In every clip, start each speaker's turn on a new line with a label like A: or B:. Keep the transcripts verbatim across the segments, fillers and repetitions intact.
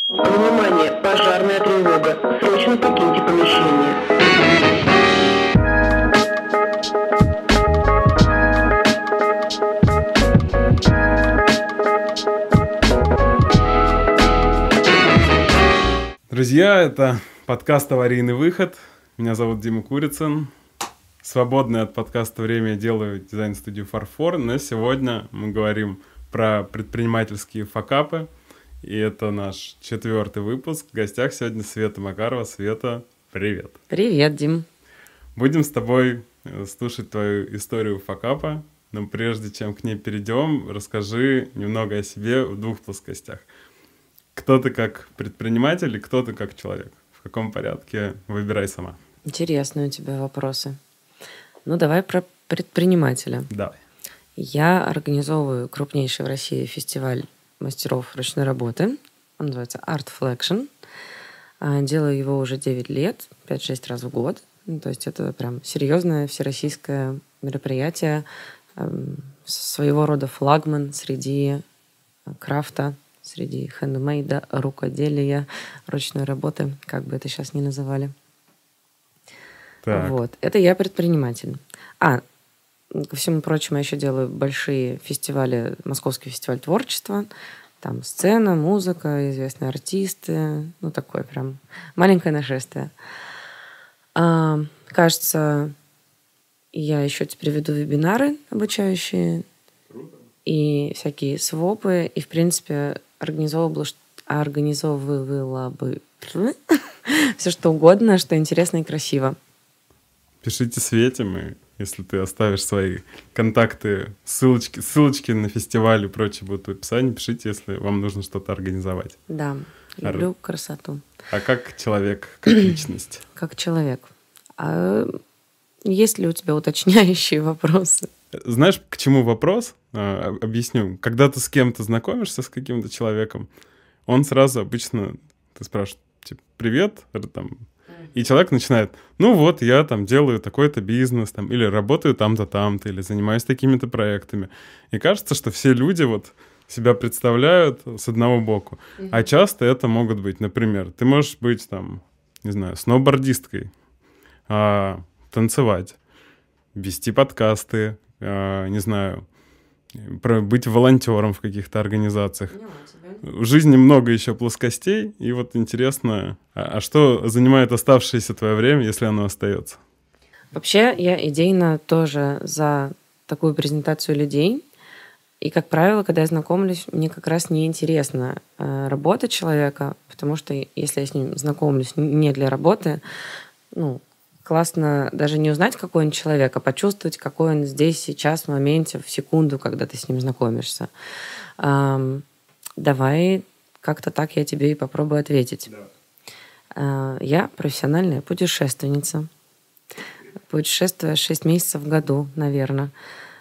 A: Внимание! Пожарная тревога! Срочно покиньте помещение.
B: Друзья, это подкаст «Аварийный выход». Меня зовут Дима Курицын. Свободное от подкаста время я делаю дизайн-студию «Фарфор». Но сегодня мы говорим про предпринимательские факапы. И это наш четвертый выпуск. В гостях сегодня Света Макарова. Света, привет.
C: Привет, Дим.
B: Будем с тобой слушать твою историю факапа. Но прежде чем к ней перейдем, расскажи немного о себе в двух плоскостях. Кто ты как предприниматель и кто ты как человек? В каком порядке? Выбирай сама.
C: Интересные у тебя вопросы. Ну, давай про предпринимателя.
B: Давай.
C: Я организовываю крупнейший в России фестиваль мастеров ручной работы. Он называется Art Flexion. Делаю его уже девять лет, пять-шесть раз в год. Ну, то есть это прям серьезное всероссийское мероприятие, своего рода флагман среди крафта, среди хендмейда, рукоделия, ручной работы, как бы это сейчас ни называли.
B: Так.
C: Вот. Это я предприниматель. А, ко всему прочему, я еще делаю большие фестивали, Московский фестиваль творчества. Там сцена, музыка, известные артисты. Ну, такое прям маленькое нашествие. А, кажется, я еще теперь веду вебинары обучающие.
B: Круто.
C: И всякие свопы. И, в принципе, организовывала, организовывала бы все что угодно, что интересно и красиво.
B: Пишите Свете, мы, если ты оставишь свои контакты, ссылочки, ссылочки на фестиваль и прочее будут в описании. Пишите, если вам нужно что-то организовать.
C: Да, люблю красоту.
B: А как человек, как личность?
C: Как человек. А есть ли у тебя уточняющие вопросы?
B: Знаешь, к чему вопрос? А, объясню. Когда ты с кем-то знакомишься, с каким-то человеком, он сразу обычно, ты спрашиваешь, типа, привет, там, и человек начинает, ну вот, я там делаю такой-то бизнес, там, или работаю там-то, там-то, или занимаюсь такими-то проектами. И кажется, что все люди вот себя представляют с одного боку. Mm-hmm. А часто это могут быть, например, ты можешь быть там, не знаю, сноубордисткой, а, танцевать, вести подкасты, а, не знаю, про, быть волонтером в каких-то организациях. В жизни много еще плоскостей, и вот интересно, а, а что занимает оставшееся твое время, если оно остается?
C: Вообще, я идейно тоже за такую презентацию людей. И, как правило, когда я знакомлюсь, мне как раз неинтересна э, работа человека, потому что если я с ним знакомлюсь не для работы, ну, классно даже не узнать, какой он человек, а почувствовать, какой он здесь, сейчас, в моменте, в секунду, когда ты с ним знакомишься. Эм, давай как-то так я тебе и попробую ответить. Да. Э, я профессиональная путешественница. Путешествую шесть месяцев в году, наверное.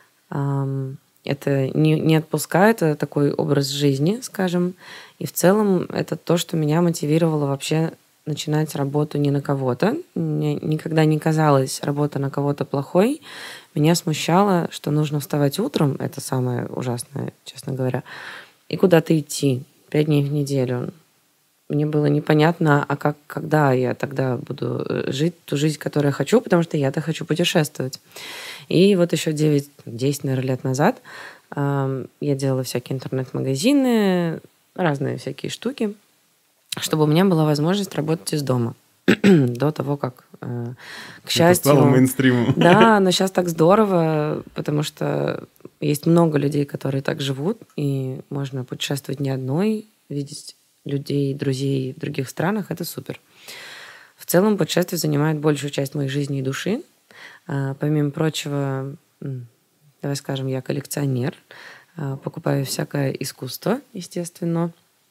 C: Эм, это не, не отпускает, это такой образ жизни, скажем. И в целом это то, что меня мотивировало вообще начинать работу не на кого-то. Мне никогда не казалось работа на кого-то плохой. Меня смущало, что нужно вставать утром, это самое ужасное, честно говоря, и куда-то идти пять дней в неделю. Мне было непонятно, а как, когда я тогда буду жить ту жизнь, которую я хочу, потому что я-то хочу путешествовать. И вот еще девять-десять, наверное, лет назад э, я делала всякие интернет-магазины, разные всякие штуки, чтобы у меня была возможность работать из дома. До того, как, э, к счастью...
B: Это стало мейнстримом.
C: Да, но сейчас так здорово, потому что есть много людей, которые так живут, и можно путешествовать не одной, видеть людей, друзей в других странах. Это супер. В целом путешествие занимает большую часть моей жизни и души. Э, помимо прочего, давай скажем, я коллекционер, э, покупаю всякое искусство, естественно.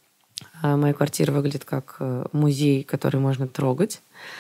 C: Моя квартира выглядит как музей, который можно трогать.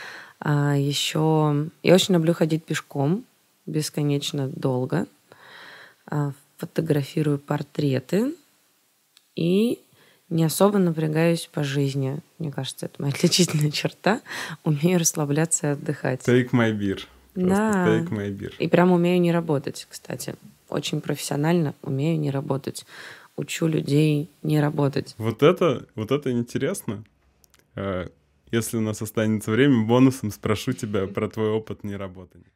C: Еще я очень люблю ходить пешком бесконечно долго. Фотографирую портреты и не особо напрягаюсь по жизни. Мне кажется, это моя отличительная черта. Умею расслабляться и отдыхать.
B: Take my beer. Просто
C: да.
B: take my beer.
C: И прям умею не работать, кстати. Очень профессионально умею не работать. учу людей не работать.
B: Вот это, вот это интересно. Э, Если у нас останется время, бонусом спрошу тебя про твой опыт неработания.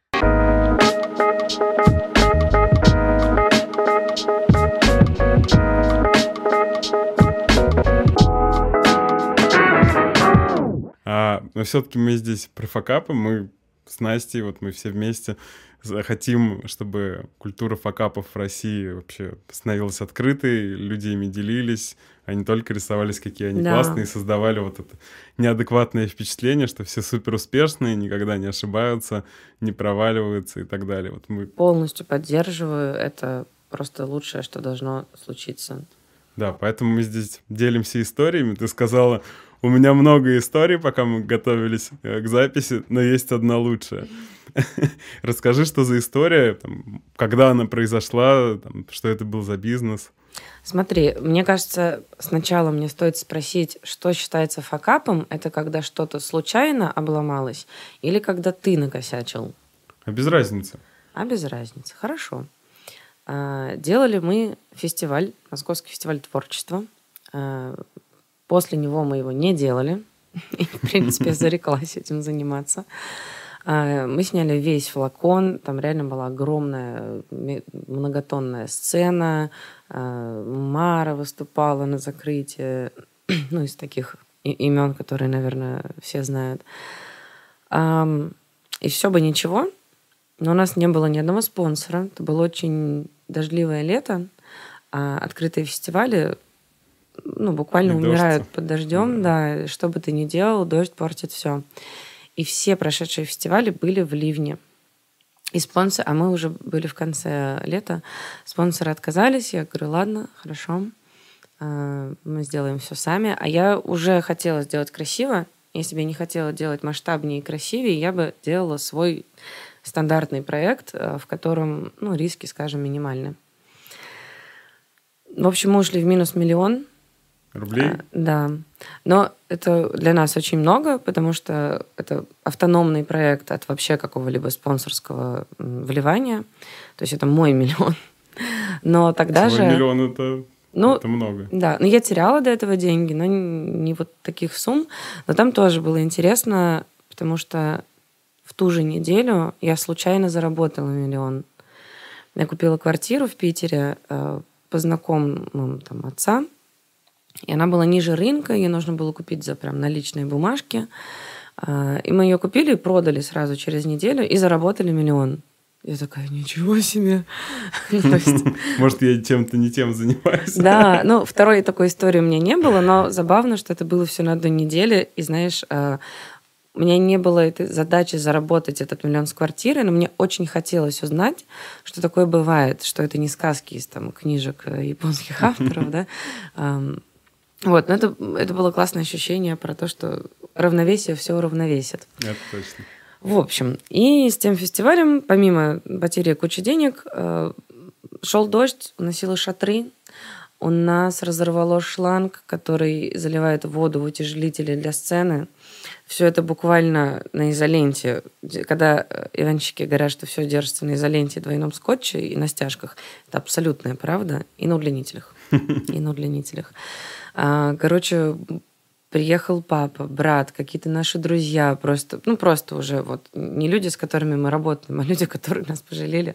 B: А, но все-таки мы здесь про факапы, мы с Настей, вот мы все вместе хотим, чтобы культура факапов в России вообще становилась открытой, люди ими делились, а не только рисовались, какие они
C: Да.
B: классные, и создавали вот это неадекватное впечатление, что все супер успешные, никогда не ошибаются, не проваливаются и так далее. Вот мы...
C: Полностью поддерживаю. Это просто лучшее, что должно случиться.
B: Да, поэтому мы здесь делимся историями. Ты сказала, у меня много историй, пока мы готовились к записи, но есть одна лучшая. Расскажи, что за история, там, когда она произошла, там, что это был за бизнес.
C: Смотри, мне кажется, сначала мне стоит спросить, что считается факапом. Это когда что-то случайно обломалось или когда ты накосячил?
B: А без разницы.
C: А без разницы. Хорошо. А, Делали мы фестиваль, Московский фестиваль творчества. А, После него мы его не делали. И, в принципе, зареклась этим заниматься. А, Мы сняли весь флакон. Там реально была огромная ме- многотонная сцена. А, Мара выступала на закрытии. Ну, из таких и- имен, которые, наверное, все знают. Ам, И все бы ничего, но у нас не было ни одного спонсора. Это было очень дождливое лето, а открытые фестивали, ну, буквально
B: И дождь.
C: умирают под дождем, да. Что бы ты ни делал, дождь портит все. И все прошедшие фестивали были в ливне. И спонсор, а мы уже были в конце лета, спонсоры отказались. Я говорю, ладно, хорошо, а, мы сделаем все сами. А я уже хотела сделать красиво. Если бы я не хотела делать масштабнее и красивее, я бы делала свой стандартный проект, э, в котором, ну, риски, скажем, минимальны. В общем, мы ушли в минус миллион.
B: Рублей?
C: А, Да. Но это для нас очень много, потому что это автономный проект от вообще какого-либо спонсорского м, вливания. То есть это мой миллион. Но тогда
B: Свой
C: же...
B: миллион это,
C: Ну,
B: это много.
C: Да, но я теряла до этого деньги, но не вот таких сумм. Но там тоже было интересно, потому что в ту же неделю я случайно заработала миллион. Я купила квартиру в Питере э, по знакомым там, отца, и она была ниже рынка, ее нужно было купить за прям наличные бумажки. Э, И мы ее купили и продали сразу через неделю, и заработали миллион. Я такая, ничего себе. Ну, то есть,
B: Может, я чем-то не тем занимаюсь.
C: да, ну, второй такой истории у меня не было, но забавно, что это было все на одной неделе. И знаешь, э, у меня не было этой задачи заработать этот миллион с квартиры, но мне очень хотелось узнать, что такое бывает, что это не сказки из там, книжек э, японских авторов, да. Ам, Вот, но это, это было классное ощущение про то, что равновесие все уравновесит.
B: Это точно.
C: В общем, и с тем фестивалем, помимо потери кучи денег, э, шел дождь, уносило шатры. У нас разорвало шланг, который заливает воду в утяжелители для сцены. Все это буквально на изоленте. Когда иванщики говорят, что все держится на изоленте, двойном скотче и на стяжках, это абсолютная правда. И на удлинителях. И на удлинителях. А, Короче, приехал папа, брат, какие-то наши друзья, просто, ну, просто уже вот не люди, с которыми мы работаем, а люди, которые нас пожалели.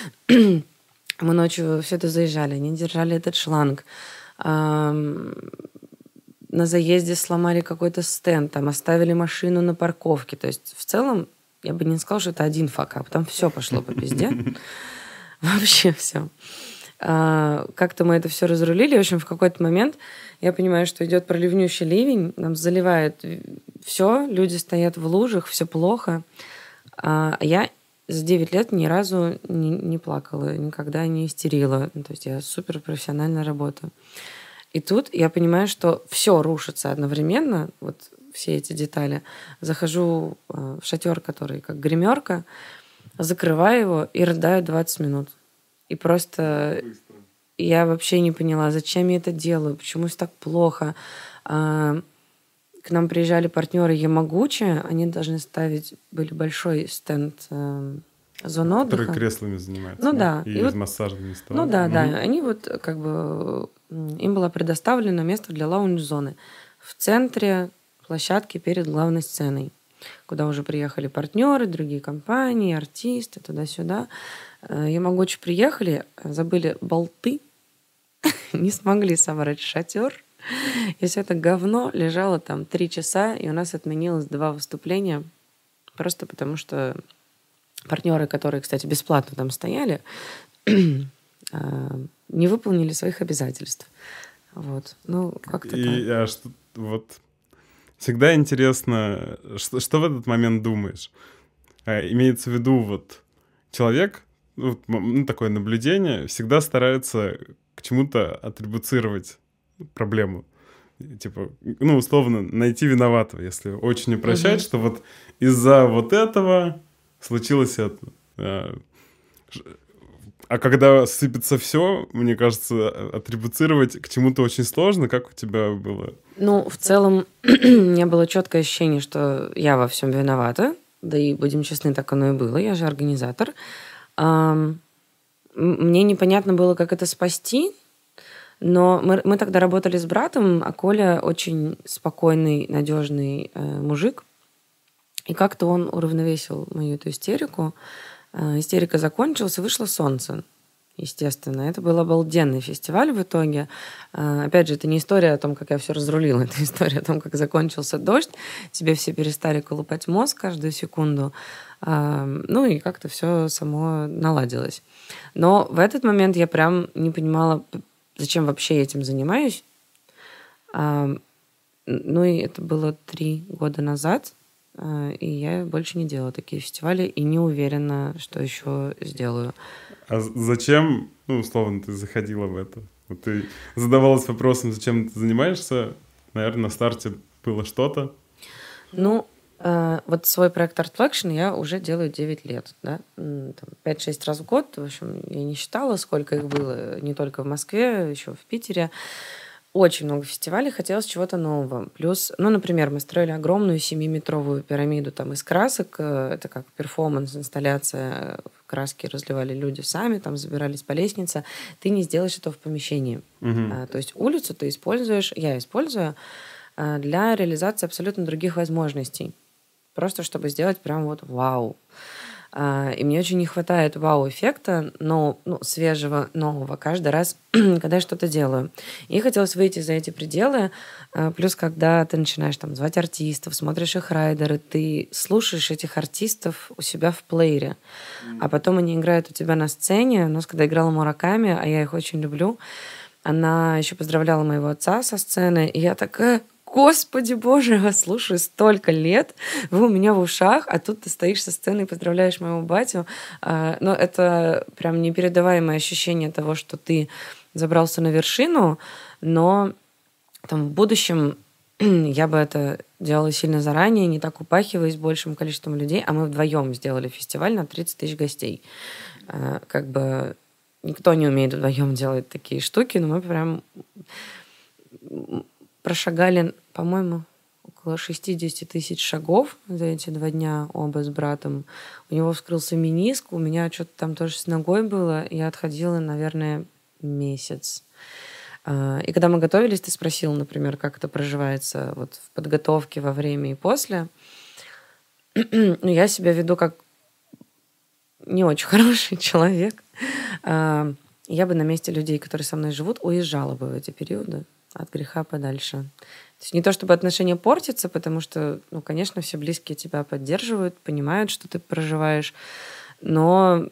C: Мы ночью все это заезжали, они держали этот шланг. Ам, На заезде сломали какой-то стенд, там оставили машину на парковке. То есть в целом я бы не сказала, что это один факап. Там все пошло по пизде. Вообще все. А, Как-то мы это все разрулили. В общем, в какой-то момент я понимаю, что идет проливнющий ливень, нам заливает все, люди стоят в лужах, все плохо. А я за девять лет ни разу не, не плакала, никогда не истерила. Ну, то есть я супер профессионально работаю. И тут я понимаю, что все рушится одновременно, вот все эти детали. Захожу э, в шатер, который как гримерка, закрываю его и рыдаю двадцать минут. И просто я вообще не поняла, зачем я это делаю, почему все так плохо. А, К нам приезжали партнеры Ямагучи, они должны ставить, были большой стенд э, зон отдыха.
B: Которые креслами занимаются.
C: Ну да.
B: И,
C: И
B: и
C: вот-
B: массажными столами.
C: Ну да,
B: Мгм.
C: да. Они вот как бы им было предоставлено место для лаунж-зоны в центре площадки перед главной сценой, куда уже приехали партнеры, другие компании, артисты, туда-сюда. Ямагочи приехали, забыли болты, не смогли собрать шатер. И все это говно лежало там три часа, и у нас отменилось два выступления, просто потому что партнеры, которые, кстати, бесплатно там стояли, не выполнили своих обязательств. Вот. Ну, как-то
B: и,
C: так.
B: А что, вот, всегда интересно, что, что в этот момент думаешь? А, имеется в виду, вот, человек, ну, такое наблюдение, всегда старается к чему-то атрибуцировать проблему. Типа, ну, условно, найти виноватого, если очень упрощать, угу. что вот из-за вот этого случилось это. А когда сыпется все, мне кажется, атрибуцировать к чему-то очень сложно. Как у тебя было?
C: Ну, в целом, у меня было четкое ощущение, что я во всем виновата. Да и, будем честны, так оно и было. Я же организатор. Мне непонятно было, как это спасти. Но мы, мы тогда работали с братом, а Коля очень спокойный, надежный э, мужик. И как-то он уравновесил мою эту истерику. Э, истерика закончилась, и вышло солнце. Естественно. Это был обалденный фестиваль в итоге. Э, опять же, это не история о том, как я все разрулила. Это история о том, как закончился дождь. Тебе все перестали колупать мозг каждую секунду. Э, ну и как-то все само наладилось. Но в этот момент я прям не понимала... Зачем вообще я этим занимаюсь? А, ну и это было три года назад, а, и я больше не делала такие фестивали и не уверена, что еще сделаю.
B: А зачем, ну, условно, ты заходила в это? Вот ты задавалась вопросом, зачем ты занимаешься? Наверное, на старте было что-то.
C: Ну, а, вот свой проект Art Flexion я уже делаю девять лет, да, пять-шесть раз в год, в общем, я не считала, сколько их было, не только в Москве, еще в Питере. Очень много фестивалей, хотелось чего-то нового. Плюс, ну, например, мы строили огромную семиметровую пирамиду там из красок, это как перформанс, инсталляция, краски разливали люди сами, там забирались по лестнице. Ты не сделаешь это в помещении. Uh-huh. А, то есть улицу ты используешь, я использую для реализации абсолютно других возможностей. Просто чтобы сделать прям вот вау. И мне очень не хватает вау-эффекта, но ну, свежего, нового каждый раз, когда я что-то делаю. И хотелось выйти за эти пределы. Плюс, когда ты начинаешь там звать артистов, смотришь их райдеры, ты слушаешь этих артистов у себя в плеере. А потом они играют у тебя на сцене. У нас, когда играла Мураками, а я их очень люблю, она еще поздравляла моего отца со сцены. И я такая... Господи боже, я вас слушаю столько лет, вы у меня в ушах, а тут ты стоишь со сцены и поздравляешь моего батю. Но это прям непередаваемое ощущение того, что ты забрался на вершину, но там, в будущем я бы это делала сильно заранее, не так упахиваясь большим количеством людей, а мы вдвоем сделали фестиваль на тридцать тысяч гостей. Как бы никто не умеет вдвоем делать такие штуки, но мы прям... прошагали, по-моему, около шестьдесят тысяч шагов за эти два дня оба с братом. У него вскрылся мениск, у меня что-то там тоже с ногой было. Я отходила, наверное, месяц. И когда мы готовились, ты спросил, например, как это проживается вот в подготовке, во время и после. Ну, я себя веду как не очень хороший человек. Я бы на месте людей, которые со мной живут, уезжала бы в эти периоды. От греха подальше. То есть не то, чтобы отношения портятся, потому что, ну, конечно, все близкие тебя поддерживают, понимают, что ты проживаешь, но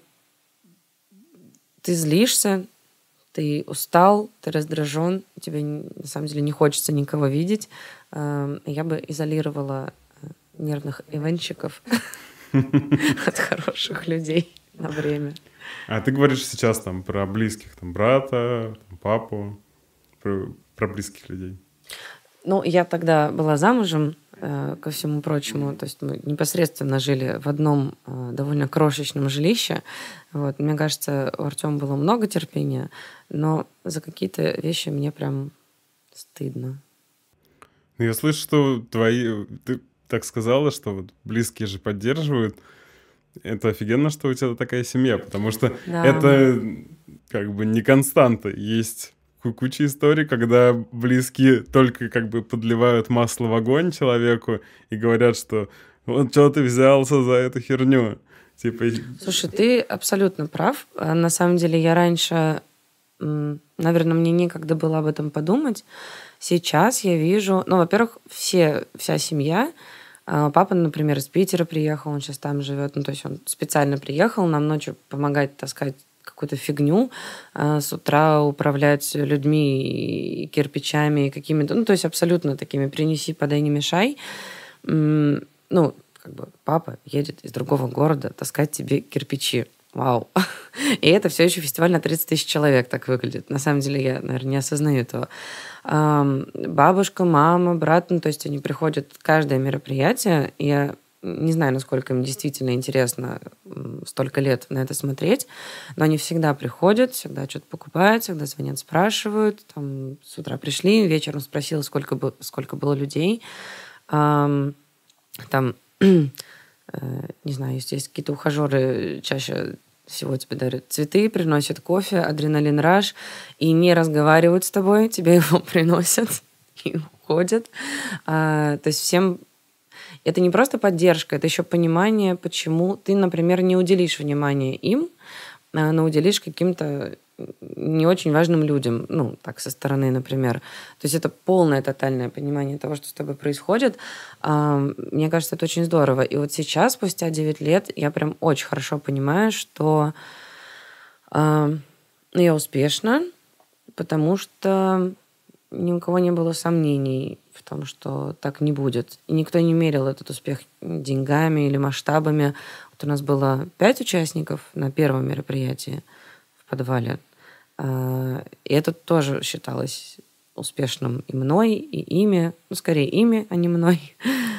C: ты злишься, ты устал, ты раздражен, тебе на самом деле не хочется никого видеть. Я бы изолировала нервных ивенщиков от хороших людей на время.
B: А ты говоришь сейчас там про близких, там брата, там, папу, про, про близких людей.
C: Ну, я тогда была замужем, э, ко всему прочему. То есть мы непосредственно жили в одном э, довольно крошечном жилище. Вот. Мне кажется, у Артёма было много терпения, но за какие-то вещи мне прям стыдно.
B: Ну, я слышу, что твои... Ты так сказала, что вот близкие же поддерживают. Это офигенно, что у тебя такая семья, потому что да. это как бы не константа. Есть куча историй, когда близкие только как бы подливают масло в огонь человеку и говорят, что вот что ты взялся за эту херню. Типа...
C: Слушай, ты абсолютно прав. На самом деле я раньше, наверное, мне некогда было об этом подумать. Сейчас я вижу... Ну, во-первых, все, вся семья... Папа, например, из Питера приехал, он сейчас там живет. Ну, то есть он специально приехал нам ночью помогать таскать какую-то фигню, с утра управлять людьми и кирпичами, и какими-то... Ну, то есть абсолютно такими «принеси, подай, не мешай». Ну, как бы папа едет из другого города таскать тебе кирпичи. Вау. И это все еще фестиваль на тридцать тысяч человек так выглядит. На самом деле я, наверное, не осознаю этого. Бабушка, мама, брат, ну, то есть они приходят каждое мероприятие. Я не знаю, насколько им действительно интересно столько лет на это смотреть, но они всегда приходят, всегда что-то покупают, всегда звонят, спрашивают. Там, с утра пришли, вечером спросила, сколько, бы, сколько было людей. Там... Не знаю, если есть какие-то ухажеры, чаще всего тебе дарят цветы, приносят кофе, адреналин раш, и не разговаривают с тобой, тебе его приносят и уходят. А, то есть всем... Это не просто поддержка, это еще понимание, почему ты, например, не уделишь внимания им, но уделишь каким-то не очень важным людям, ну, так, со стороны, например. То есть это полное, тотальное понимание того, что с тобой происходит. Мне кажется, это очень здорово. И вот сейчас, спустя девять лет, я прям очень хорошо понимаю, что я успешна, потому что ни у кого не было сомнений в том, что так не будет. И никто не мерил этот успех деньгами или масштабами. Вот у нас было пять участников на первом мероприятии в подвале. И это тоже считалось успешным и мной, и ими. Ну, скорее, ими, а не мной.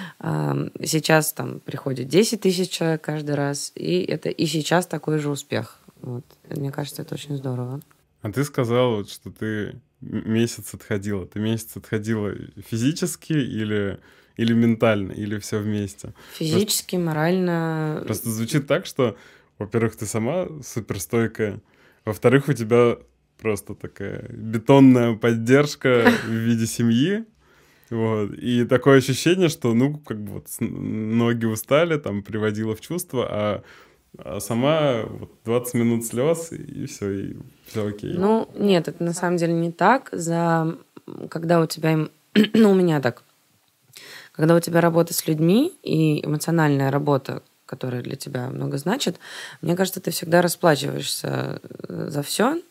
C: Сейчас там приходит десять тысяч человек каждый раз, и это и сейчас такой же успех. Вот. Мне кажется, это очень здорово.
B: А ты сказала, что ты месяц отходила. Ты месяц отходила физически или, или ментально, или все вместе?
C: Физически, просто, морально.
B: Просто звучит так, что, во-первых, ты сама суперстойкая, во-вторых, у тебя просто такая бетонная поддержка в виде семьи. Вот. И такое ощущение, что, ну, как бы вот ноги устали, там, приводила в чувство, а А сама вот двадцать минут слез, и все, и все окей.
C: Ну, нет, это на самом деле не так. За... Когда у тебя... Ну, у меня так. Когда у тебя работа с людьми и эмоциональная работа, которая для тебя много значит, мне кажется, ты всегда расплачиваешься за все.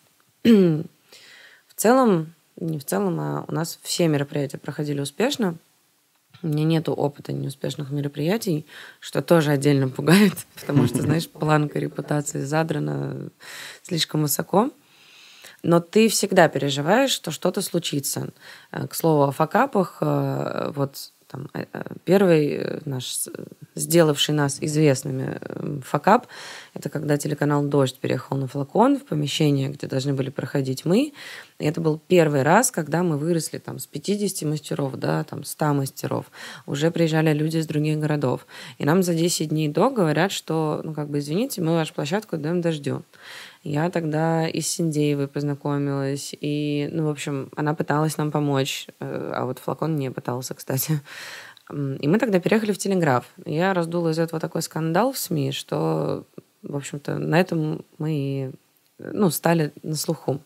C: В целом, не в целом, а у нас все мероприятия проходили успешно. У меня нету опыта неуспешных мероприятий, что тоже отдельно пугает, потому что, знаешь, планка репутации задрана слишком высоко. Но ты всегда переживаешь, что что-то случится. К слову, о факапах, вот там, первый наш, сделавший нас известными факап, это когда телеканал «Дождь» переехал на Флакон, в помещение, где должны были проходить мы. И это был первый раз, когда мы выросли там, с пятидесяти мастеров, да, там, ста мастеров. Уже приезжали люди из других городов. И нам за десять дней до говорят, что, ну, как бы, извините, мы вашу площадку даем «Дождю». Я тогда и с Синдеевой познакомилась, и, ну, в общем, она пыталась нам помочь, а вот Флакон не пытался, кстати. И мы тогда переехали в Телеграф. Я раздула из этого такой скандал в СМИ, что, в общем-то, на этом мы, ну, стали на слуху.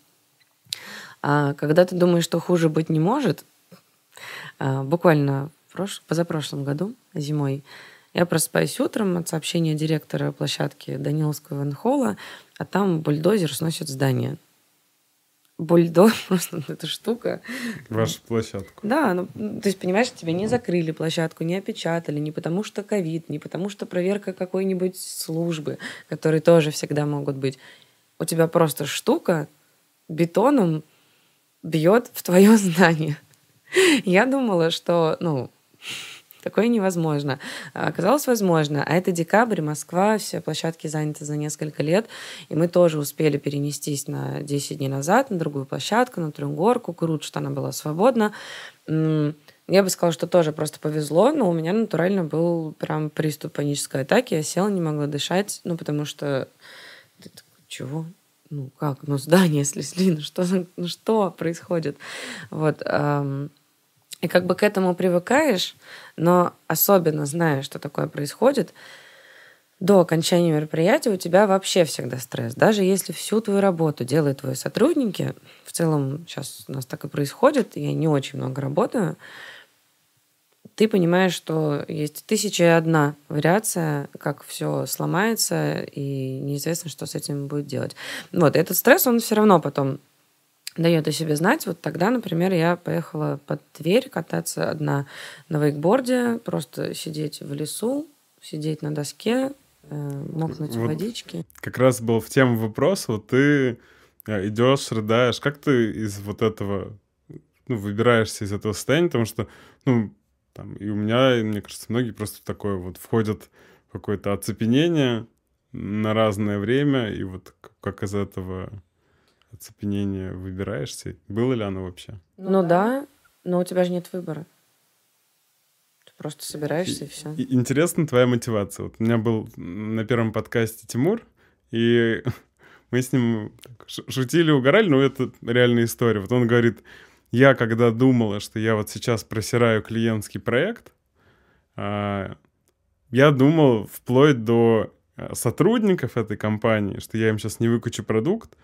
C: А когда ты думаешь, что хуже быть не может, буквально в прош... позапрошлом году, зимой, я просыпаюсь утром от сообщения директора площадки Даниловского Венхола, а там бульдозер сносит здание. Бульдозер, просто эта штука.
B: Вашу площадку.
C: Да, ну, то есть, понимаешь, тебя не закрыли площадку, не опечатали, не потому что ковид, не потому что проверка какой-нибудь службы, которые тоже всегда могут быть. У тебя просто штука бетоном бьет в твое здание. Я думала, что, ну, такое невозможно. Оказалось, возможно. А это декабрь, Москва, все площадки заняты за несколько лет. И мы тоже успели перенестись на десять дней назад на другую площадку, на Трёхгорку. Круто, что она была свободна. Я бы сказала, что тоже просто повезло, но у меня натурально был прям приступ панической атаки. Я села, не могла дышать, ну, потому что... Чего? ну как, ну здание снесли, ну что, ну что происходит? Вот. И как бы к этому привыкаешь, но особенно зная, что такое происходит, до окончания мероприятия у тебя вообще всегда стресс. Даже если всю твою работу делают твои сотрудники, в целом сейчас у нас так и происходит, я не очень много работаю, ты понимаешь, что есть тысяча и одна вариация, как все сломается, и неизвестно, что с этим будет делать. Вот, этот стресс, он все равно потом дает о себе знать. Вот тогда, например, я поехала под Тверь кататься одна на вейкборде, просто сидеть в лесу, сидеть на доске, мокнуть
B: вот
C: в водичке.
B: Как раз был в тему вопрос, вот ты идешь, рыдаешь, как ты из вот этого, ну, выбираешься из этого состояния, потому что, ну, там, и у меня, и, мне кажется, многие просто такое вот входят в какое-то оцепенение на разное время, и вот как из этого оцепенения выбираешься? Было ли оно вообще?
C: Ну, ну да, но у тебя же нет выбора. Просто собираешься и, и все.
B: И, интересна твоя мотивация. Вот у меня был на первом подкасте Тимур, и мы с ним так шутили, угорали, но это реальная история. Вот он говорит, я когда думала, что я вот сейчас просираю клиентский проект, я думал вплоть до сотрудников этой компании, что я им сейчас не выкачу продукт,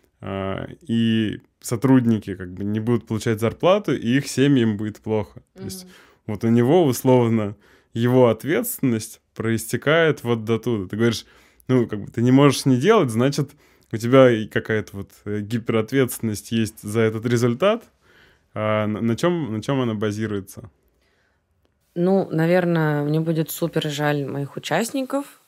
B: и сотрудники как бы не будут получать зарплату, и их семьям будет плохо. Mm-hmm. То есть вот у него, условно, его ответственность проистекает вот до туда. Ты говоришь, ну, как бы ты не можешь не делать, значит, у тебя и какая-то вот гиперответственность есть за этот результат. А на, на чем, на чем она базируется?
C: Ну, наверное, мне будет супер жаль моих участников,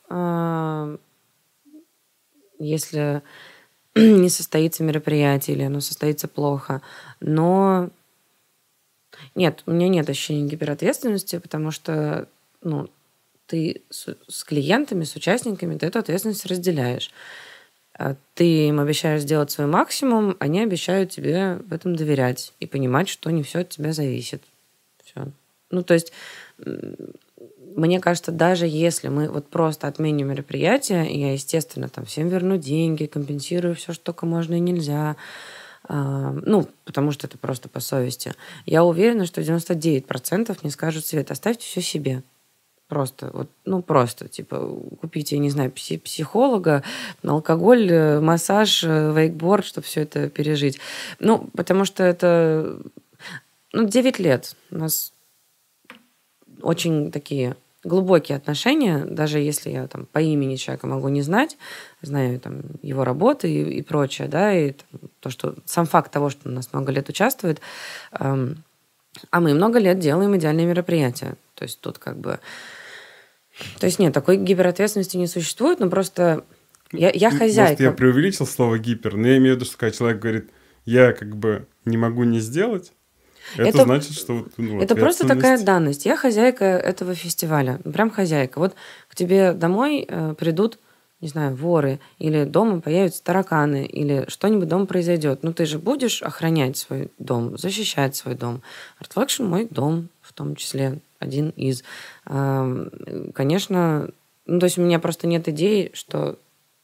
C: если не состоится мероприятие или оно состоится плохо. Но нет, у меня нет ощущения гиперответственности, потому что, ну, ты с, с клиентами, с участниками, ты эту ответственность разделяешь. Ты им обещаешь сделать свой максимум, они обещают тебе в этом доверять и понимать, что не все от тебя зависит. Все. Ну, то есть, мне кажется, даже если мы вот просто отменим мероприятие, я, естественно, там всем верну деньги, компенсирую все, что только можно и нельзя, ну, потому что это просто по совести. Я уверена, что девяносто девять процентов мне скажут, Свет, оставьте все себе. Просто, вот, ну, просто, типа, купите, я не знаю, психолога, алкоголь, массаж, вейкборд, чтобы все это пережить. Ну, потому что это, ну, девять лет. У нас очень такие глубокие отношения, даже если я там по имени человека могу не знать, знаю там его работы и, и прочее, да, и там, то, что сам факт того, что у нас много лет участвует, эм, а мы много лет делаем идеальные мероприятия. То есть тут как бы... То есть нет, такой гиперответственности не существует, но просто я, я хозяйка.
B: Может, я преувеличил слово «гипер», но я имею в виду, что когда человек говорит, я как бы не могу не сделать, это, это значит, что... Ну,
C: это просто такая данность. Я хозяйка этого фестиваля, прям хозяйка. Вот к тебе домой э, придут, не знаю, воры, или дома появятся тараканы, или что-нибудь дома произойдет. Ну, ты же будешь охранять свой дом, защищать свой дом. Artflaction мой дом, в том числе один из. Э, конечно, ну, то есть у меня просто нет идеи, что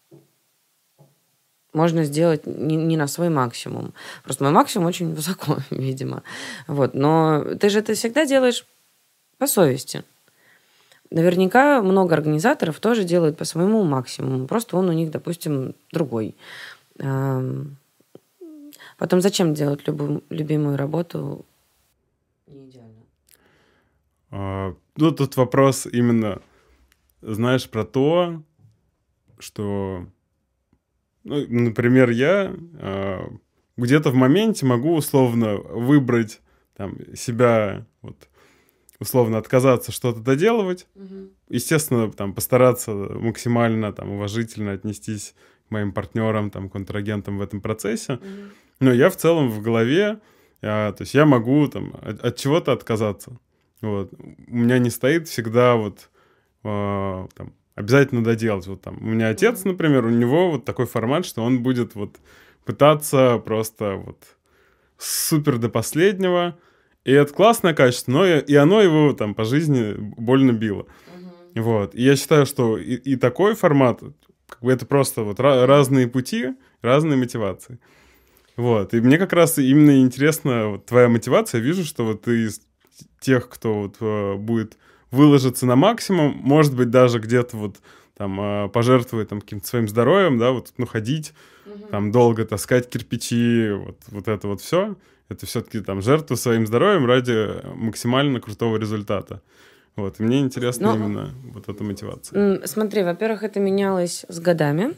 C: можно сделать не, не на свой максимум. Просто мой максимум очень высоко, видимо. Вот. Но ты же это всегда делаешь по совести. Наверняка много организаторов тоже делают по своему максимуму. Просто он у них, допустим, другой. Потом зачем делать любую, любимую работу не идеально?
B: А, ну, тут вопрос именно, знаешь, про то, что... Ну, например, я э, где-то в моменте могу условно выбрать там, себя, вот, условно отказаться что-то доделывать. Mm-hmm. Естественно, там, постараться максимально там, уважительно отнестись к моим партнерам, там, контрагентам в этом процессе. Mm-hmm. Но я в целом в голове, я, то есть я могу там, от, от чего-то отказаться. Вот. У меня не стоит всегда вот... Э, там, обязательно доделать. Вот там. У меня отец, например, у него вот такой формат, что он будет вот пытаться просто вот супер до последнего. И это классное качество, но и, и оно его там по жизни больно било. Uh-huh. Вот. И я считаю, что и, и такой формат, как бы это просто вот ra- разные пути, разные мотивации. Вот. И мне как раз именно интересна вот твоя мотивация. Я вижу, что вот ты из тех, кто вот э, будет выложиться на максимум, может быть, даже где-то вот там э, пожертвовать там каким-то своим здоровьем, да, вот, ну, ходить, mm-hmm. там долго таскать кирпичи, вот, вот это вот все. Это все-таки там жертва своим здоровьем ради максимально крутого результата. Вот. И мне интересна ну, именно вот эта мотивация.
C: Смотри, во-первых, это менялось с годами.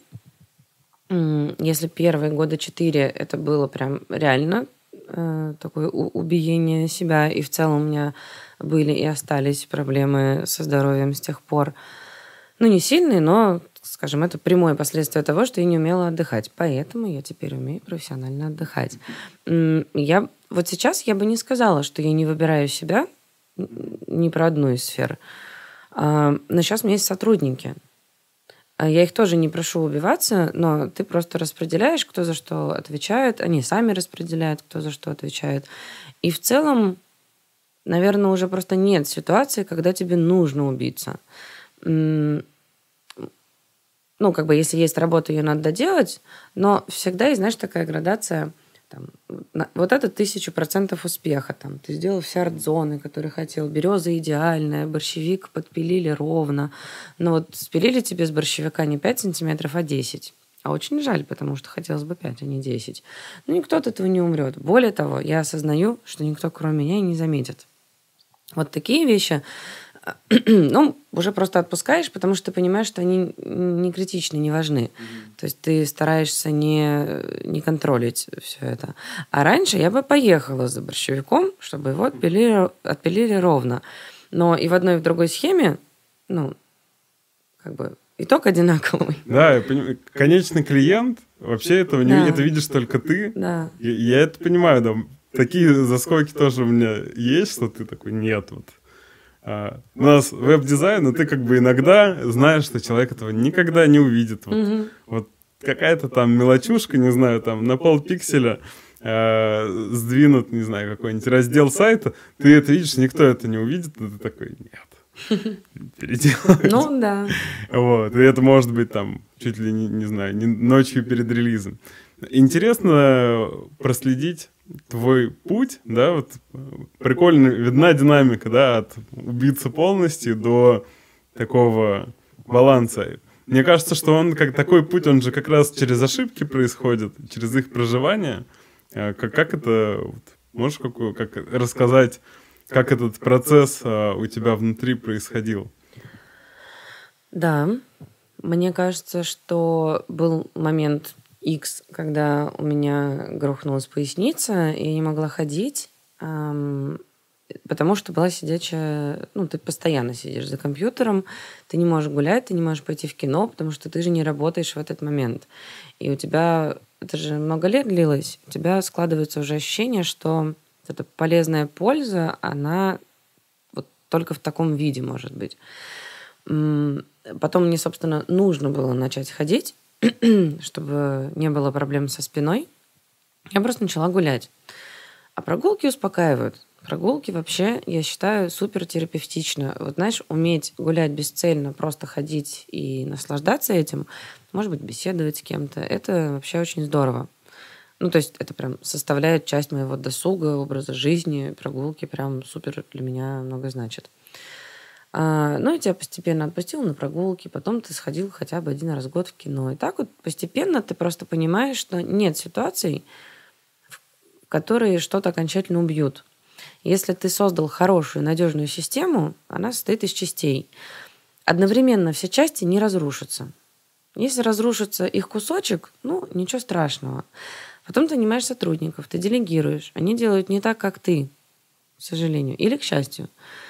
C: Если первые года четыре это было прям реально э, такое убиение себя, и в целом у меня были и остались проблемы со здоровьем с тех пор. Ну, не сильные, но, скажем, это прямое последствие того, что я не умела отдыхать. Поэтому я теперь умею профессионально отдыхать. Я, вот сейчас я бы не сказала, что я не выбираю себя ни про одну из сфер. Но сейчас у меня есть сотрудники. Я их тоже не прошу убиваться, но ты просто распределяешь, кто за что отвечает. Они сами распределяют, кто за что отвечает. И в целом, наверное, уже просто нет ситуации, когда тебе нужно убиться. Ну, как бы, если есть работа, ее надо доделать, но всегда есть, знаешь, такая градация. Там, вот это тысячу процентов успеха. Там, ты сделал все арт-зоны, которые хотел. Береза идеальная, борщевик подпилили ровно. Но вот спилили тебе с борщевика не пять сантиметров, а десять. А очень жаль, потому что хотелось бы пять, а не десять. Ну, никто от этого не умрет. Более того, я осознаю, что никто, кроме меня, и не заметит. Вот такие вещи... Ну, уже просто отпускаешь, потому что ты понимаешь, что они не критичны, не важны. Mm-hmm. То есть ты стараешься не, не контролить все это. А раньше я бы поехала за борщевиком, чтобы его отпилили, отпилили ровно. Но и в одной, и в другой схеме, ну, как бы итог одинаковый.
B: Да, я понимаю. Конечный клиент, вообще этого не, да. это видишь только ты.
C: Да.
B: Я, я это понимаю, да. Такие заскоки тоже у меня есть, что ты такой, нет, вот. Uh, у нас веб-дизайн, но ты как бы иногда знаешь, что человек этого никогда не увидит. Вот, mm-hmm. вот какая-то там мелочушка, не знаю, там на полпикселя uh, сдвинут, не знаю, какой-нибудь раздел сайта, ты это видишь, никто это не увидит, но ты такой, нет, переделать.
C: Ну, да.
B: Вот, и это может быть там чуть ли не, не знаю, не ночью перед релизом. Интересно проследить твой путь, да, вот прикольно видна динамика, да, от убиться полностью до такого баланса. Мне кажется, что он как такой путь, он же как раз через ошибки происходит, через их проживание. Как, как это, вот, можешь какую, как рассказать, как этот процесс а, у тебя внутри происходил?
C: Да, мне кажется, что был момент X, когда у меня грохнулась поясница, и я не могла ходить, эм, потому что была сидячая... Ну, ты постоянно сидишь за компьютером, ты не можешь гулять, ты не можешь пойти в кино, потому что ты же не работаешь в этот момент. И у тебя... Это же много лет длилось. У тебя складывается уже ощущение, что эта полезная польза, она вот только в таком виде может быть. Потом мне, собственно, нужно было начать ходить, чтобы не было проблем со спиной, я просто начала гулять. А прогулки успокаивают. Прогулки вообще, я считаю, супер терапевтично. Вот знаешь, уметь гулять бесцельно, просто ходить и наслаждаться этим, может быть, беседовать с кем-то, это вообще очень здорово. Ну, то есть это прям составляет часть моего досуга, образа жизни. Прогулки прям супер для меня много значат. А, ну, и тебя постепенно отпустил на прогулки, потом ты сходил хотя бы один раз в год в кино. И так вот постепенно ты просто понимаешь, что нет ситуаций, в которые что-то окончательно убьют. Если ты создал хорошую, надежную систему, она состоит из частей. Одновременно все части не разрушатся. Если разрушится их кусочек, ну, ничего страшного. Потом ты нанимаешь сотрудников, ты делегируешь. Они делают не так, как ты, к сожалению, или к счастью.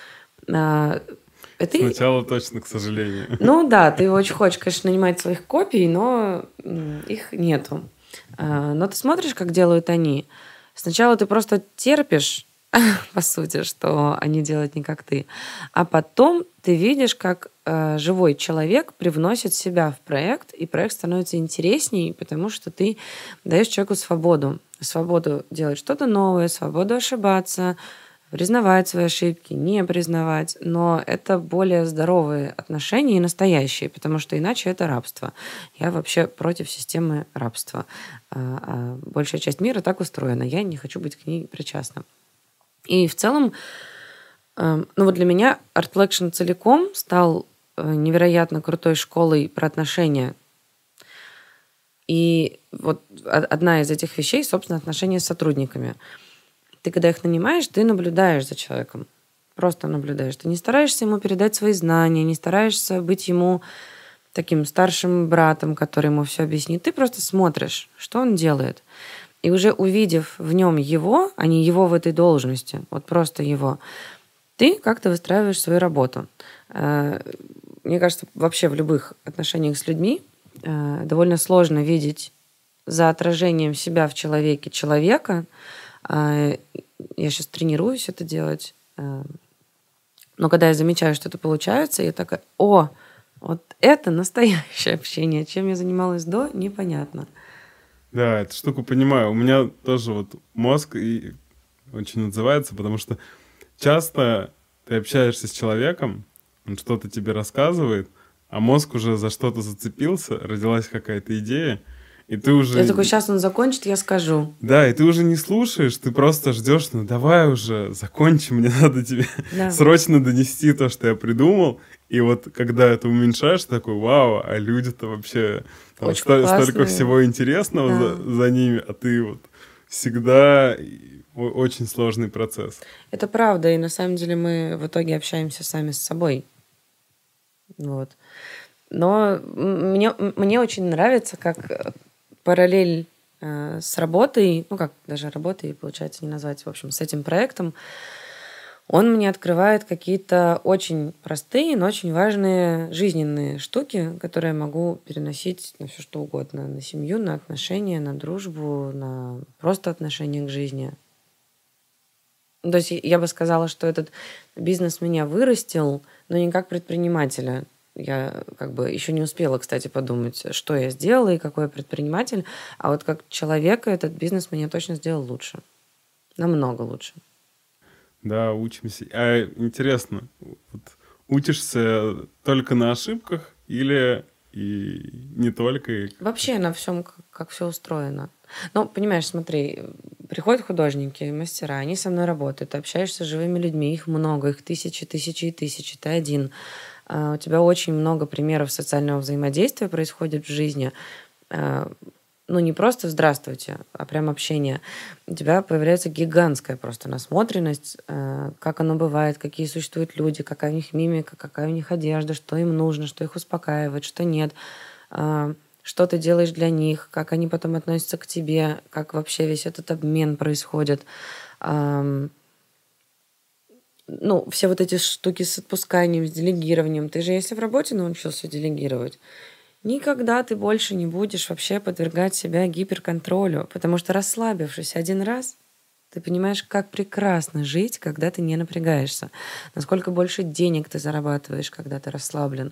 B: Это... Сначала точно, к сожалению.
C: Ну да, ты очень хочешь, конечно, нанимать своих копий, но их нету. Но ты смотришь, как делают они. Сначала ты просто терпишь, по сути, что они делают не как ты. А потом ты видишь, как живой человек привносит себя в проект, и проект становится интересней, потому что ты даешь человеку свободу. Свободу делать что-то новое, свободу ошибаться, признавать свои ошибки, не признавать, но это более здоровые отношения и настоящие, потому что иначе это рабство. Я вообще против системы рабства. А большая часть мира так устроена, я не хочу быть к ней причастна. И в целом, ну вот для меня Artflexion целиком стал невероятно крутой школой про отношения. И вот одна из этих вещей, собственно, отношения с сотрудниками. Ты, когда их нанимаешь, ты наблюдаешь за человеком. Просто наблюдаешь. Ты не стараешься ему передать свои знания, не стараешься быть ему таким старшим братом, который ему все объяснит. Ты просто смотришь, что он делает. И уже увидев в нем его, а не его в этой должности, вот просто его, ты как-то выстраиваешь свою работу. Мне кажется, вообще в любых отношениях с людьми довольно сложно видеть за отражением себя в человеке человека. Я сейчас тренируюсь это делать. Но когда я замечаю, что это получается, я такая: о, вот это настоящее общение. Чем я занималась до, непонятно.
B: Да, эту штуку понимаю. У меня тоже вот мозг и очень отзывается, потому что часто ты общаешься с человеком, он что-то тебе рассказывает, а мозг уже за что-то зацепился, родилась какая-то идея, и ты уже...
C: Я такой: сейчас он закончит, я скажу.
B: Да, и ты уже не слушаешь, ты просто ждешь: ну давай уже, закончи, мне надо тебе да. срочно донести то, что я придумал. И вот когда это уменьшаешь, ты такой: вау, а люди-то вообще... Там сто, столько всего интересного да. за, за ними, а ты вот всегда... Очень сложный процесс.
C: Это правда, и на самом деле мы в итоге общаемся сами с собой. Вот. Но мне, мне очень нравится, как параллель э, с работой, ну как даже работой, получается, не назвать, в общем, с этим проектом, он мне открывает какие-то очень простые, но очень важные жизненные штуки, которые я могу переносить на все что угодно. На семью, на отношения, на дружбу, на просто отношения к жизни. То есть я бы сказала, что этот бизнес меня вырастил, но не как предпринимателя. Я как бы еще не успела, кстати, подумать, что я сделала и какой я предприниматель. А вот как человека этот бизнес меня точно сделал лучше. Намного лучше.
B: Да, учимся. А интересно, вот учишься только на ошибках или и не только? И...
C: Вообще на всем, как, как все устроено. Ну, понимаешь, смотри, приходят художники, мастера, они со мной работают, ты общаешься с живыми людьми, их много, их тысячи, тысячи и тысячи, ты один. У тебя очень много примеров социального взаимодействия происходит в жизни. Ну, не просто «здравствуйте», а прям общение. У тебя появляется гигантская просто насмотренность, как оно бывает, какие существуют люди, какая у них мимика, какая у них одежда, что им нужно, что их успокаивает, что нет, что ты делаешь для них, как они потом относятся к тебе, как вообще весь этот обмен происходит. Ну, все вот эти штуки с отпусканием, с делегированием. Ты же, если в работе научился делегировать, никогда ты больше не будешь вообще подвергать себя гиперконтролю, потому что, расслабившись один раз, ты понимаешь, как прекрасно жить, когда ты не напрягаешься, насколько больше денег ты зарабатываешь, когда ты расслаблен.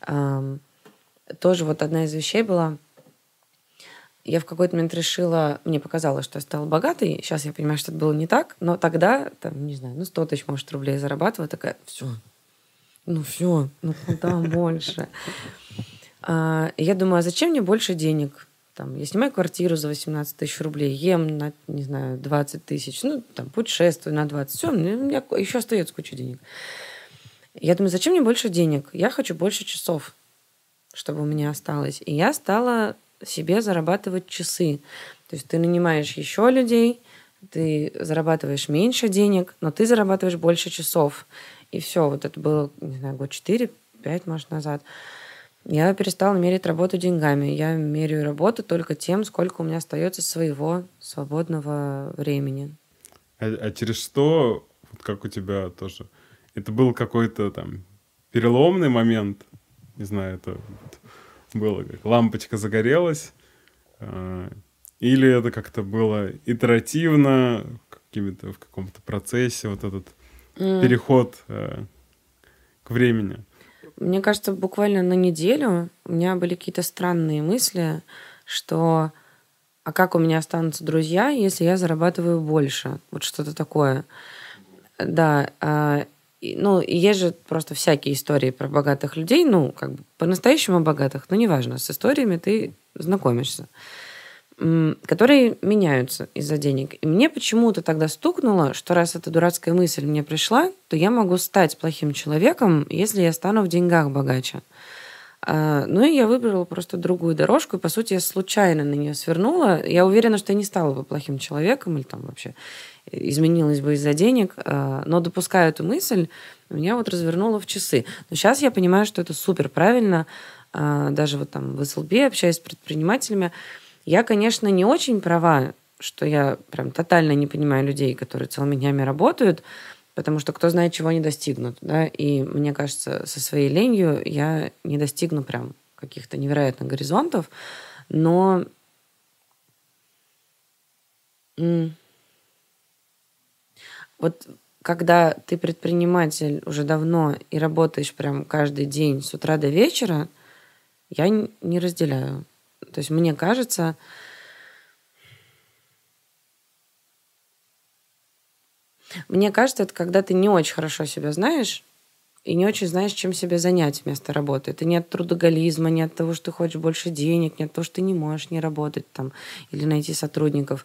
C: Тоже вот одна из вещей была, я в какой-то момент решила, мне показалось, что я стала богатой, сейчас я понимаю, что это было не так, но тогда, там, не знаю, ну сто тысяч, может, рублей зарабатывала, такая: все, ну все, ну куда больше? А, и я думаю: а зачем мне больше денег? Там, я снимаю квартиру за восемнадцать тысяч рублей, ем на, не знаю, двадцать тысяч, ну, там, путешествую на двадцать, все, у меня еще остается куча денег. Я думаю: зачем мне больше денег? Я хочу больше часов, чтобы у меня осталось. И я стала себе зарабатывать часы. То есть ты нанимаешь еще людей, ты зарабатываешь меньше денег, но ты зарабатываешь больше часов. И все, вот это было, не знаю, год четыре-пять, может, назад. Я перестала мерить работу деньгами. Я меряю работу только тем, сколько у меня остается своего свободного времени.
B: А, а через что, вот как у тебя тоже, это был какой-то там переломный момент? Не знаю, это было как лампочка загорелась, э, или это как-то было итеративно, какими-то, в каком-то процессе, вот этот mm. переход э, к времени?
C: Мне кажется, буквально на неделю у меня были какие-то странные мысли, что а как у меня останутся друзья, если я зарабатываю больше? Вот что-то такое. Да. А, и, ну, и есть же просто всякие истории про богатых людей, ну, как бы по-настоящему богатых, но неважно, с историями ты знакомишься, м, которые меняются из-за денег. И мне почему-то тогда стукнуло, что раз эта дурацкая мысль мне пришла, то я могу стать плохим человеком, если я стану в деньгах богаче. А, ну и я выбрала просто другую дорожку, и, по сути, я случайно на нее свернула. Я уверена, что я не стала бы плохим человеком или там вообще изменилась бы из-за денег, а, но допуская эту мысль, меня вот развернуло в часы. Но сейчас я понимаю, что это супер правильно. А, даже вот там в эс эл би, общаясь с предпринимателями, я, конечно, не очень права, что я прям тотально не понимаю людей, которые целыми днями работают, потому что кто знает, чего они достигнут, да, и мне кажется, со своей ленью я не достигну прям каких-то невероятных горизонтов, но м, вот когда ты предприниматель уже давно и работаешь прям каждый день с утра до вечера, я н- не разделяю. То есть мне кажется, мне кажется, это когда ты не очень хорошо себя знаешь и не очень знаешь, чем себя занять вместо работы. Это не от трудоголизма, не от того, что ты хочешь больше денег, не от того, что ты не можешь не работать там или найти сотрудников.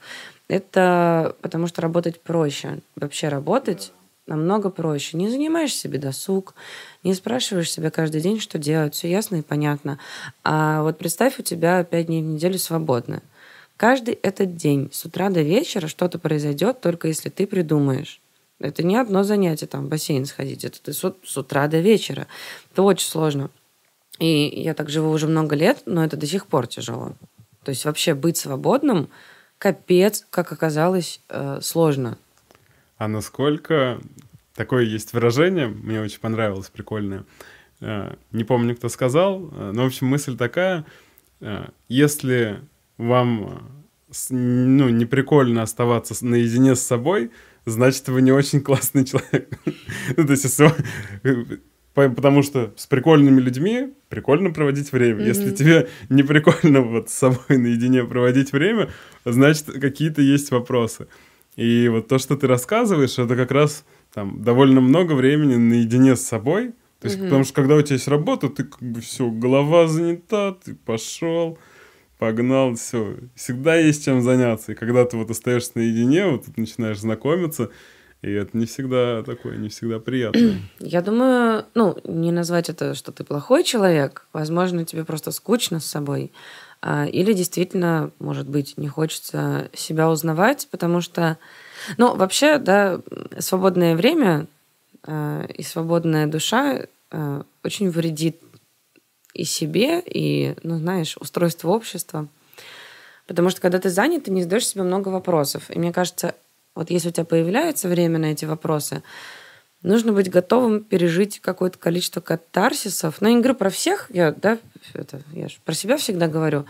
C: Это потому что работать проще. Вообще работать намного проще. Не занимаешь себе досуг, не спрашиваешь себя каждый день, что делать. Все ясно и понятно. А вот представь, у тебя пять дней в неделю свободно. Каждый этот день с утра до вечера что-то произойдет, только если ты придумаешь. Это не одно занятие, там, в бассейн сходить. Это ты с, с утра до вечера. Это очень сложно. И я так живу уже много лет, но это до сих пор тяжело. То есть вообще быть свободным, капец, как оказалось, э, сложно.
B: А насколько... Такое есть выражение, мне очень понравилось, прикольное. Э, Не помню, кто сказал, э, но, в общем, мысль такая. э, Если вам э, с- ну, не прикольно оставаться с- наедине с собой, значит, вы не очень классный человек. Ну, то есть, если вы- по- потому что с прикольными людьми прикольно проводить время. Если
C: Мгм.
B: тебе не прикольно вот с собой наедине проводить время, значит, какие-то есть вопросы. И вот то, что ты рассказываешь, это как раз там довольно много времени наедине с собой. То есть, потому
C: Мгм.
B: что когда у тебя есть работа, ты как бы все, голова занята, ты пошел, погнал, все. Всегда есть чем заняться. И когда ты вот остаешься наедине, вот тут начинаешь знакомиться, и это не всегда такое, не всегда приятное.
C: Я думаю, ну, не назвать это, что ты плохой человек. Возможно, тебе просто скучно с собой. А, Или действительно, может быть, не хочется себя узнавать, потому что, ну, вообще, да, м, свободное время а, и свободная душа а, очень вредит и себе, и, ну, знаешь, устройству общества. Потому что когда ты занят, ты не задаешь себе много вопросов. И мне кажется, вот если у тебя появляется время на эти вопросы, нужно быть готовым пережить какое-то количество катарсисов. Но я не говорю про всех, я, да, это, я ж про себя всегда говорю.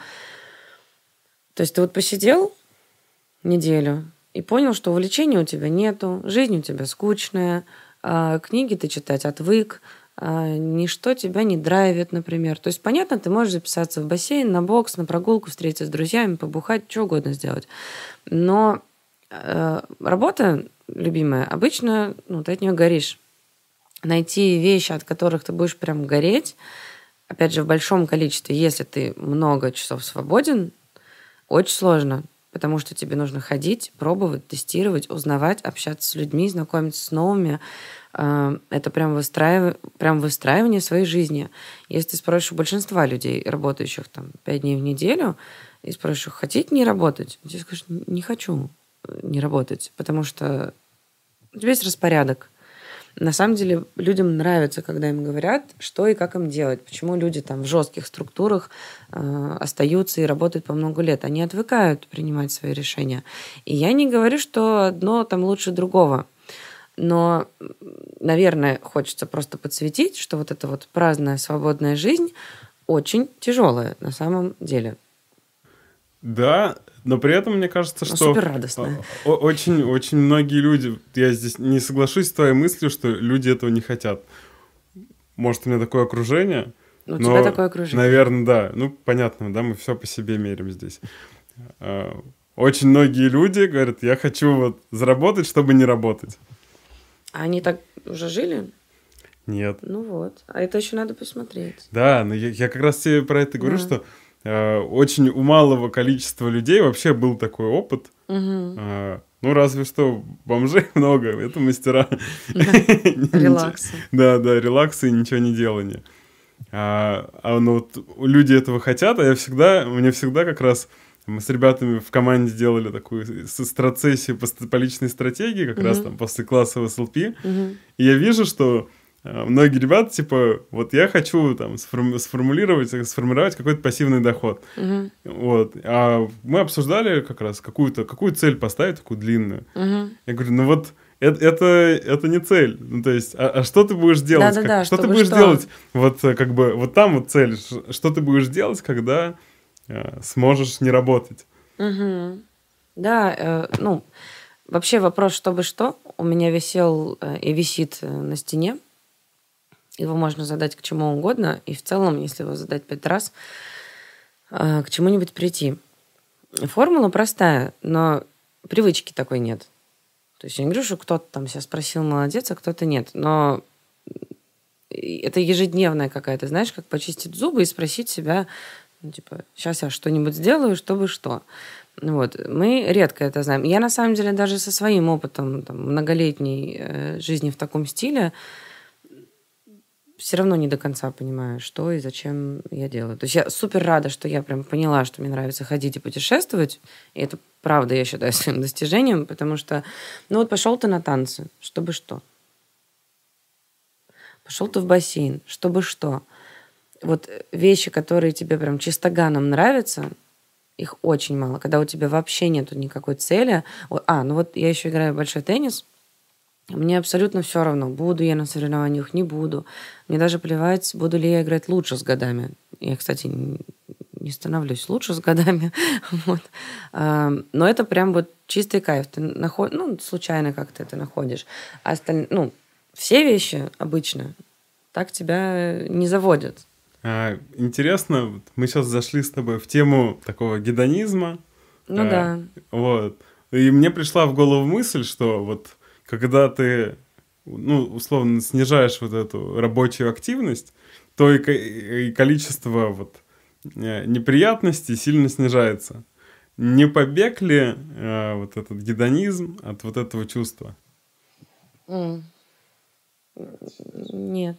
C: То есть ты вот посидел неделю и понял, что увлечения у тебя нету, жизнь у тебя скучная, а, книги ты читать отвык, а, ничто тебя не драйвит, например. То есть, понятно, ты можешь записаться в бассейн, на бокс, на прогулку, встретиться с друзьями, побухать, что угодно сделать. Но э, работа любимая, обычно ну, ты от нее горишь. Найти вещи, от которых ты будешь прям гореть, опять же, в большом количестве, если ты много часов свободен, очень сложно, потому что тебе нужно ходить, пробовать, тестировать, узнавать, общаться с людьми, знакомиться с новыми. Э, Это прям, выстраив... прям выстраивание своей жизни. Если ты спросишь у большинства людей, работающих там пять дней в неделю, и спросишь, хотите не работать? Тебе скажут, не хочу не работать, потому что у тебя есть распорядок. На самом деле людям нравится, когда им говорят, что и как им делать. Почему люди там в жестких структурах э, остаются и работают по много лет. Они отвыкают принимать свои решения. И я не говорю, что одно там лучше другого. Но, м, наверное, хочется просто подсветить, что вот эта вот праздная свободная жизнь очень тяжелая на самом деле.
B: Да, но при этом мне кажется,
C: Но
B: что
C: супер радостная.
B: о- о- очень, очень многие люди, я здесь не соглашусь с твоей мыслью, что люди этого не хотят. Может, у меня такое окружение,
C: У
B: но,
C: тебя такое окружение.
B: наверное, да. Ну, понятно, да, мы все по себе меряем здесь. А, Очень многие люди говорят, я хочу вот заработать, чтобы не работать.
C: А они так уже жили?
B: Нет.
C: Ну вот. А это еще надо посмотреть.
B: Да, но я, я как раз тебе про это говорю,
C: Да.
B: что э, очень у малого количества людей вообще был такой опыт.
C: Угу.
B: Э, ну, разве что бомжей много, это мастера.
C: Релакса.
B: Да, да, релакса и ничего не делания. А, а ну, вот люди этого хотят, а я всегда, мне всегда как раз, мы с ребятами в команде делали такую страцессию по, по личной стратегии, как
C: Мгм.
B: раз там после класса в эс эл пи,
C: Угу.
B: и я вижу, что а, многие ребята, типа, вот я хочу там сформ- сформулировать, сформировать какой-то пассивный доход.
C: Угу.
B: Вот. А мы обсуждали как раз какую-то, какую цель поставить, такую длинную.
C: Угу.
B: Я говорю, ну вот это, это, это не цель. Ну, то есть, а, а что ты будешь делать?
C: Да-да-да,
B: Как- что ты
C: чтобы
B: будешь
C: что?
B: делать? Вот э, как бы, вот там вот цель. Ш- Что ты будешь делать, когда э, сможешь не работать?
C: Угу. Да, э, ну, вообще вопрос «чтобы что» у меня висел э, и висит э, на стене. Его можно задать к чему угодно, и в целом, если его задать пять раз, э, к чему-нибудь прийти. Формула простая, но привычки такой нет. То есть я не говорю, что кто-то там себя спросил, молодец, а кто-то нет. Но это ежедневная какая-то, знаешь, как почистить зубы и спросить себя, ну, типа, сейчас я что-нибудь сделаю, чтобы что. Вот. Мы редко это знаем. Я, на самом деле, даже со своим опытом там, многолетней э, жизни в таком стиле все равно не до конца понимаю, что и зачем я делаю. То есть я супер рада, что я прям поняла, что мне нравится ходить и путешествовать. И это правда, я считаю, своим достижением, потому что, ну вот пошел ты на танцы, чтобы что? Пошел ты в бассейн, чтобы что? Вот вещи, которые тебе прям чистоганом нравятся, их очень мало. Когда у тебя вообще нету никакой цели. О, А, ну вот я еще играю в большой теннис. Мне абсолютно все равно, буду я на соревнованиях, не буду. Мне даже плевать, буду ли я играть лучше с годами. Я, кстати, н- не становлюсь лучше с годами. Вот. А, Но это прям вот чистый кайф. Ты наход... Ну, случайно как-то это находишь. А осталь... ну, все вещи обычно так тебя не заводят.
B: А, интересно, вот мы сейчас зашли с тобой в тему такого гедонизма.
C: Ну
B: А,
C: да.
B: Вот. И мне пришла в голову мысль, что вот когда ты, ну, условно, снижаешь вот эту рабочую активность, то и, ко- и количество вот э, неприятностей сильно снижается. Не побег ли э, вот этот гедонизм от вот этого чувства?
C: М. Нет.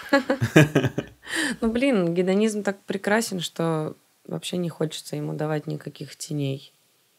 C: Ну, блин, гедонизм так прекрасен, что вообще не хочется ему давать никаких теней.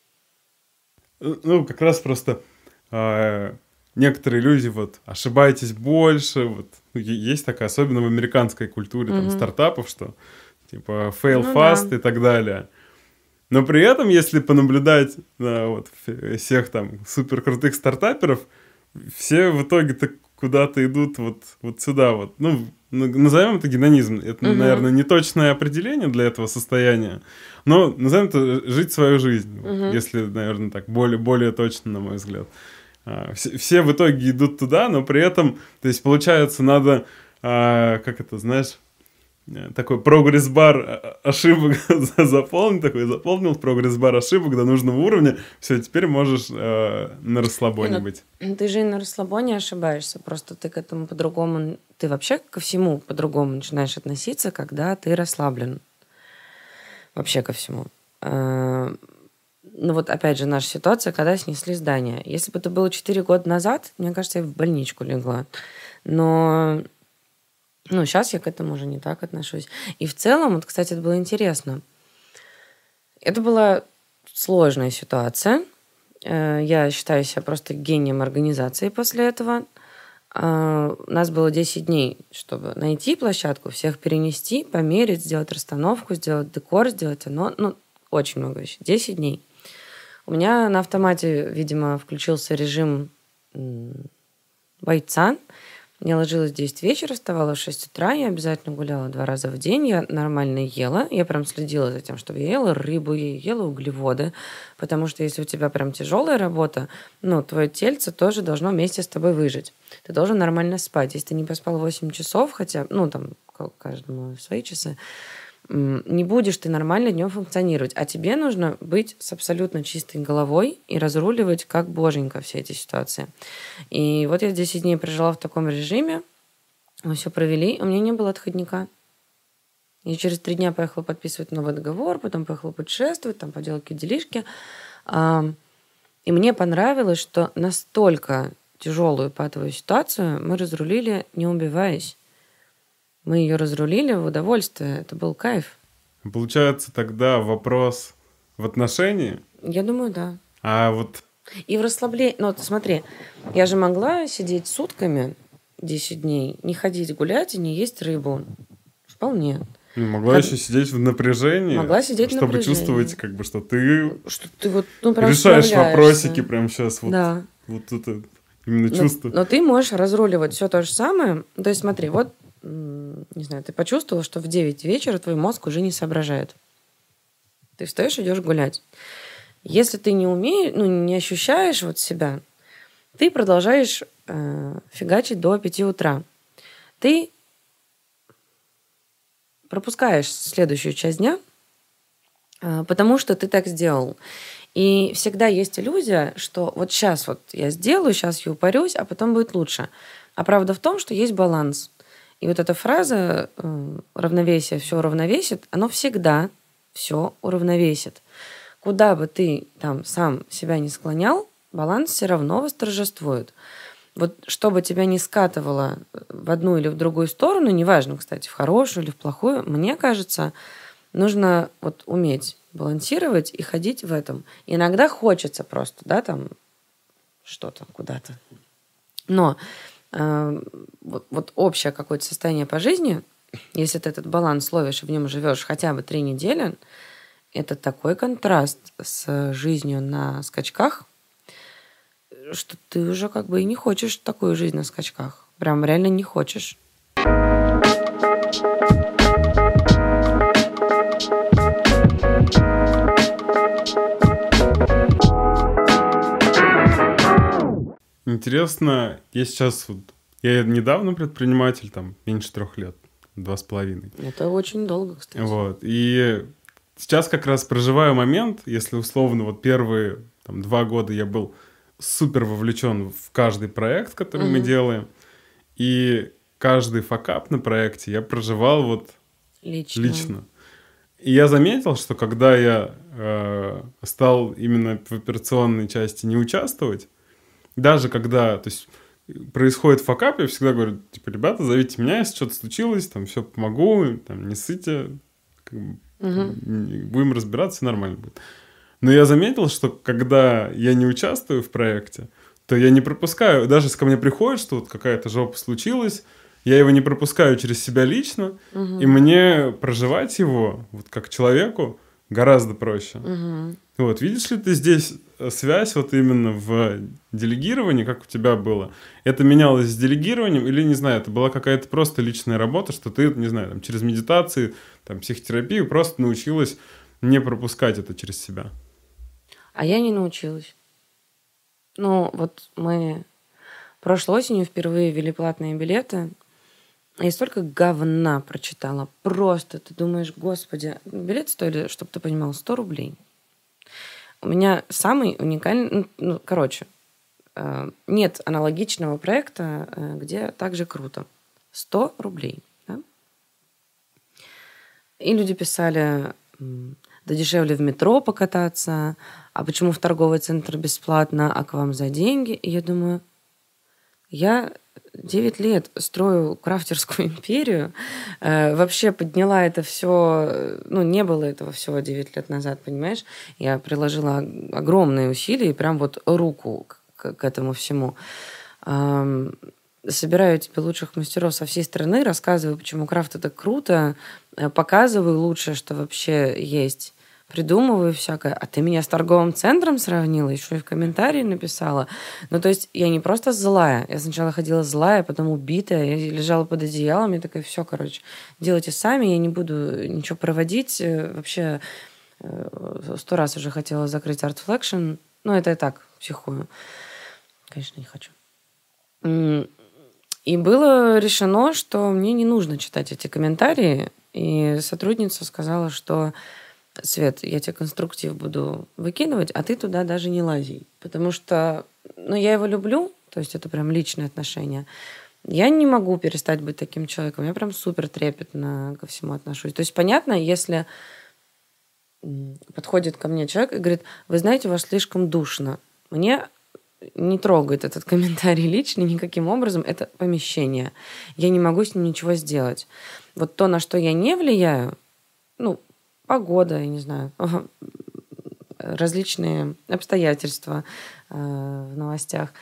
B: Э, Ну, как раз просто э, некоторые люди вот ошибаетесь больше, вот ну, е- есть такая, особенно в американской культуре там
C: Мгм.
B: стартапов, что типа fail
C: Ну
B: fast
C: да.
B: и так далее. Но при этом, если понаблюдать на вот ф- всех там супер крутых стартаперов, все в итоге-то куда-то идут вот, вот сюда вот. Ну, ну, назовем это гедонизм. Это,
C: Мгм.
B: наверное, не точное определение для этого состояния, но назовем это жить свою жизнь, вот,
C: Мгм.
B: если, наверное, так, более, более точно, на мой взгляд. А, все, все в итоге идут туда, но при этом, то есть, получается, надо, а, как это, знаешь, э, такой прогресс-бар а- ошибок заполнить, такой заполнил прогресс-бар ошибок до нужного уровня, все, теперь можешь э, на расслабоне
C: Не, ну,
B: быть.
C: Ты же и на расслабоне ошибаешься, просто ты к этому по-другому, ты вообще ко всему по-другому начинаешь относиться, когда ты расслаблен. Вообще ко всему. А, Ну вот опять же наша ситуация, когда снесли здание. Если бы это было четыре года назад, мне кажется, я в больничку легла. Но ну, сейчас я к этому уже не так отношусь. И в целом, вот, кстати, это было интересно. Это была сложная ситуация. Э, Я считаю себя просто гением организации после этого. А, У нас было десять дней, чтобы найти площадку, всех перенести, померить, сделать расстановку, сделать декор, сделать оно. Ну, очень много вещей. десять дней. У меня на автомате, видимо, включился режим м, бойца. Я ложилась в десять вечера, вставала в шесть утра, я обязательно гуляла два раза в день, я нормально ела, я прям следила за тем, чтобы я ела рыбу, я ела углеводы, потому что если у тебя прям тяжелая работа, ну, твое тельце тоже должно вместе с тобой выжить. Ты должен нормально спать. Если ты не поспал восемь часов, хотя, ну, там, ка- каждому свои часы, не будешь ты нормально днем функционировать. А тебе нужно быть с абсолютно чистой головой и разруливать как боженька все эти ситуации. И вот я десять дней прожила в таком режиме, мы все провели, у меня не было отходника. Я через три дня поехала подписывать новый договор, потом поехала путешествовать, там поделать какие-то делишки. И мне понравилось, что настолько тяжелую патовую ситуацию мы разрулили, не убиваясь. Мы ее разрулили в удовольствие. Это был кайф.
B: Получается, тогда вопрос в отношении?
C: Я думаю, да.
B: А вот...
C: И в расслаблении... Ну, вот смотри, я же могла сидеть сутками, десять дней, не ходить гулять и не есть рыбу. Вполне.
B: Могла как... еще сидеть в напряжении.
C: Могла сидеть в
B: чтобы
C: напряжении.
B: чувствовать, как бы, что ты,
C: что ты вот, ну, прям
B: решаешь вопросики прямо сейчас. Вот,
C: да.
B: Вот это именно чувство.
C: Но, но ты можешь разруливать все то же самое. То есть смотри, вот, не знаю, ты почувствовал, что в девять вечера твой мозг уже не соображает. Ты встаешь, идешь гулять. Если ты не умеешь, ну, не ощущаешь вот себя, ты продолжаешь э, фигачить до пяти утра. Ты пропускаешь следующую часть дня, э, потому что ты так сделал. И всегда есть иллюзия, что вот сейчас вот я сделаю, сейчас я упарюсь, а потом будет лучше. А правда в том, что есть баланс. И вот эта фраза э, «равновесие все уравновесит», оно всегда все уравновесит. Куда бы ты там сам себя не склонял, баланс все равно восторжествует. Вот чтобы тебя не скатывало в одну или в другую сторону, неважно, кстати, в хорошую или в плохую, мне кажется, нужно вот уметь балансировать и ходить в этом. Иногда хочется просто, да, там что-то куда-то. Но э, вот, вот общее какое-то состояние по жизни, если ты этот баланс ловишь и в нем живешь хотя бы три недели, это такой контраст с жизнью на скачках, что ты уже как бы и не хочешь такую жизнь на скачках. Прям реально не хочешь.
B: Интересно, я сейчас вот... Я недавно предприниматель, там, меньше трех лет, два с половиной.
C: Это очень долго, кстати.
B: Вот, и сейчас как раз проживаю момент, если условно вот первые там, два года я был супер вовлечен в каждый проект, который угу. мы делаем, и каждый факап на проекте я проживал вот
C: лично.
B: лично. И я заметил, что когда я э, стал именно в операционной части не участвовать, даже когда, то есть, происходит факап, я всегда говорю, типа, ребята, зовите меня, если что-то случилось, там, все помогу, там, не ссыте, как бы, угу. будем разбираться, все нормально будет. Но я заметил, что когда я не участвую в проекте, то я не пропускаю, даже если ко мне приходит, что вот какая-то жопа случилась, я его не пропускаю через себя лично, угу. и мне проживать его, вот как человеку, гораздо проще.
C: Угу.
B: Вот, видишь ли ты здесь связь вот именно в делегировании, как у тебя было? Это менялось с делегированием или, не знаю, это была какая-то просто личная работа, что ты, не знаю, там, через медитации, там, психотерапию просто научилась не пропускать это через себя?
C: А я не научилась. Ну, вот мы прошлой осенью впервые ввели платные билеты. Я столько говна прочитала. Просто ты думаешь, господи, билеты стоили, чтобы ты понимал, сто рублей. У меня самый уникальный... Ну, короче, нет аналогичного проекта, где так же круто. сто рублей. Да? И люди писали... Да дешевле в метро покататься, а почему в торговый центр бесплатно, а к вам за деньги? И я думаю, я девять лет строю крафтерскую империю, э, вообще подняла это все, ну, не было этого всего девять лет назад, понимаешь? Я приложила огромные усилия и прям вот руку к, к этому всему. Эм, собираю тебе лучших мастеров со всей страны, рассказываю, почему крафт это круто, показываю лучшее, что вообще есть, придумываю всякое. А ты меня с торговым центром сравнила, еще и в комментарии написала. Ну, то есть я не просто злая. Я сначала ходила злая, потом убитая. Я лежала под одеялом, я такая, все, короче, делайте сами, я не буду ничего проводить. Вообще сто раз уже хотела закрыть Art Flexion. Ну, это я так, психую. Конечно, не хочу. И было решено, что мне не нужно читать эти комментарии, и сотрудница сказала, что Свет, я тебе конструктив буду выкидывать, а ты туда даже не лази. Потому что, ну, я его люблю, то есть это прям личные отношения. Я не могу перестать быть таким человеком. Я прям супер трепетно ко всему отношусь. То есть понятно, если подходит ко мне человек и говорит, вы знаете, у вас слишком душно. Мне не трогает этот комментарий личный никаким образом. Это помещение. Я не могу с ним ничего сделать. Вот то, на что я не влияю, ну, погода, я не знаю, различные обстоятельства э, в новостях.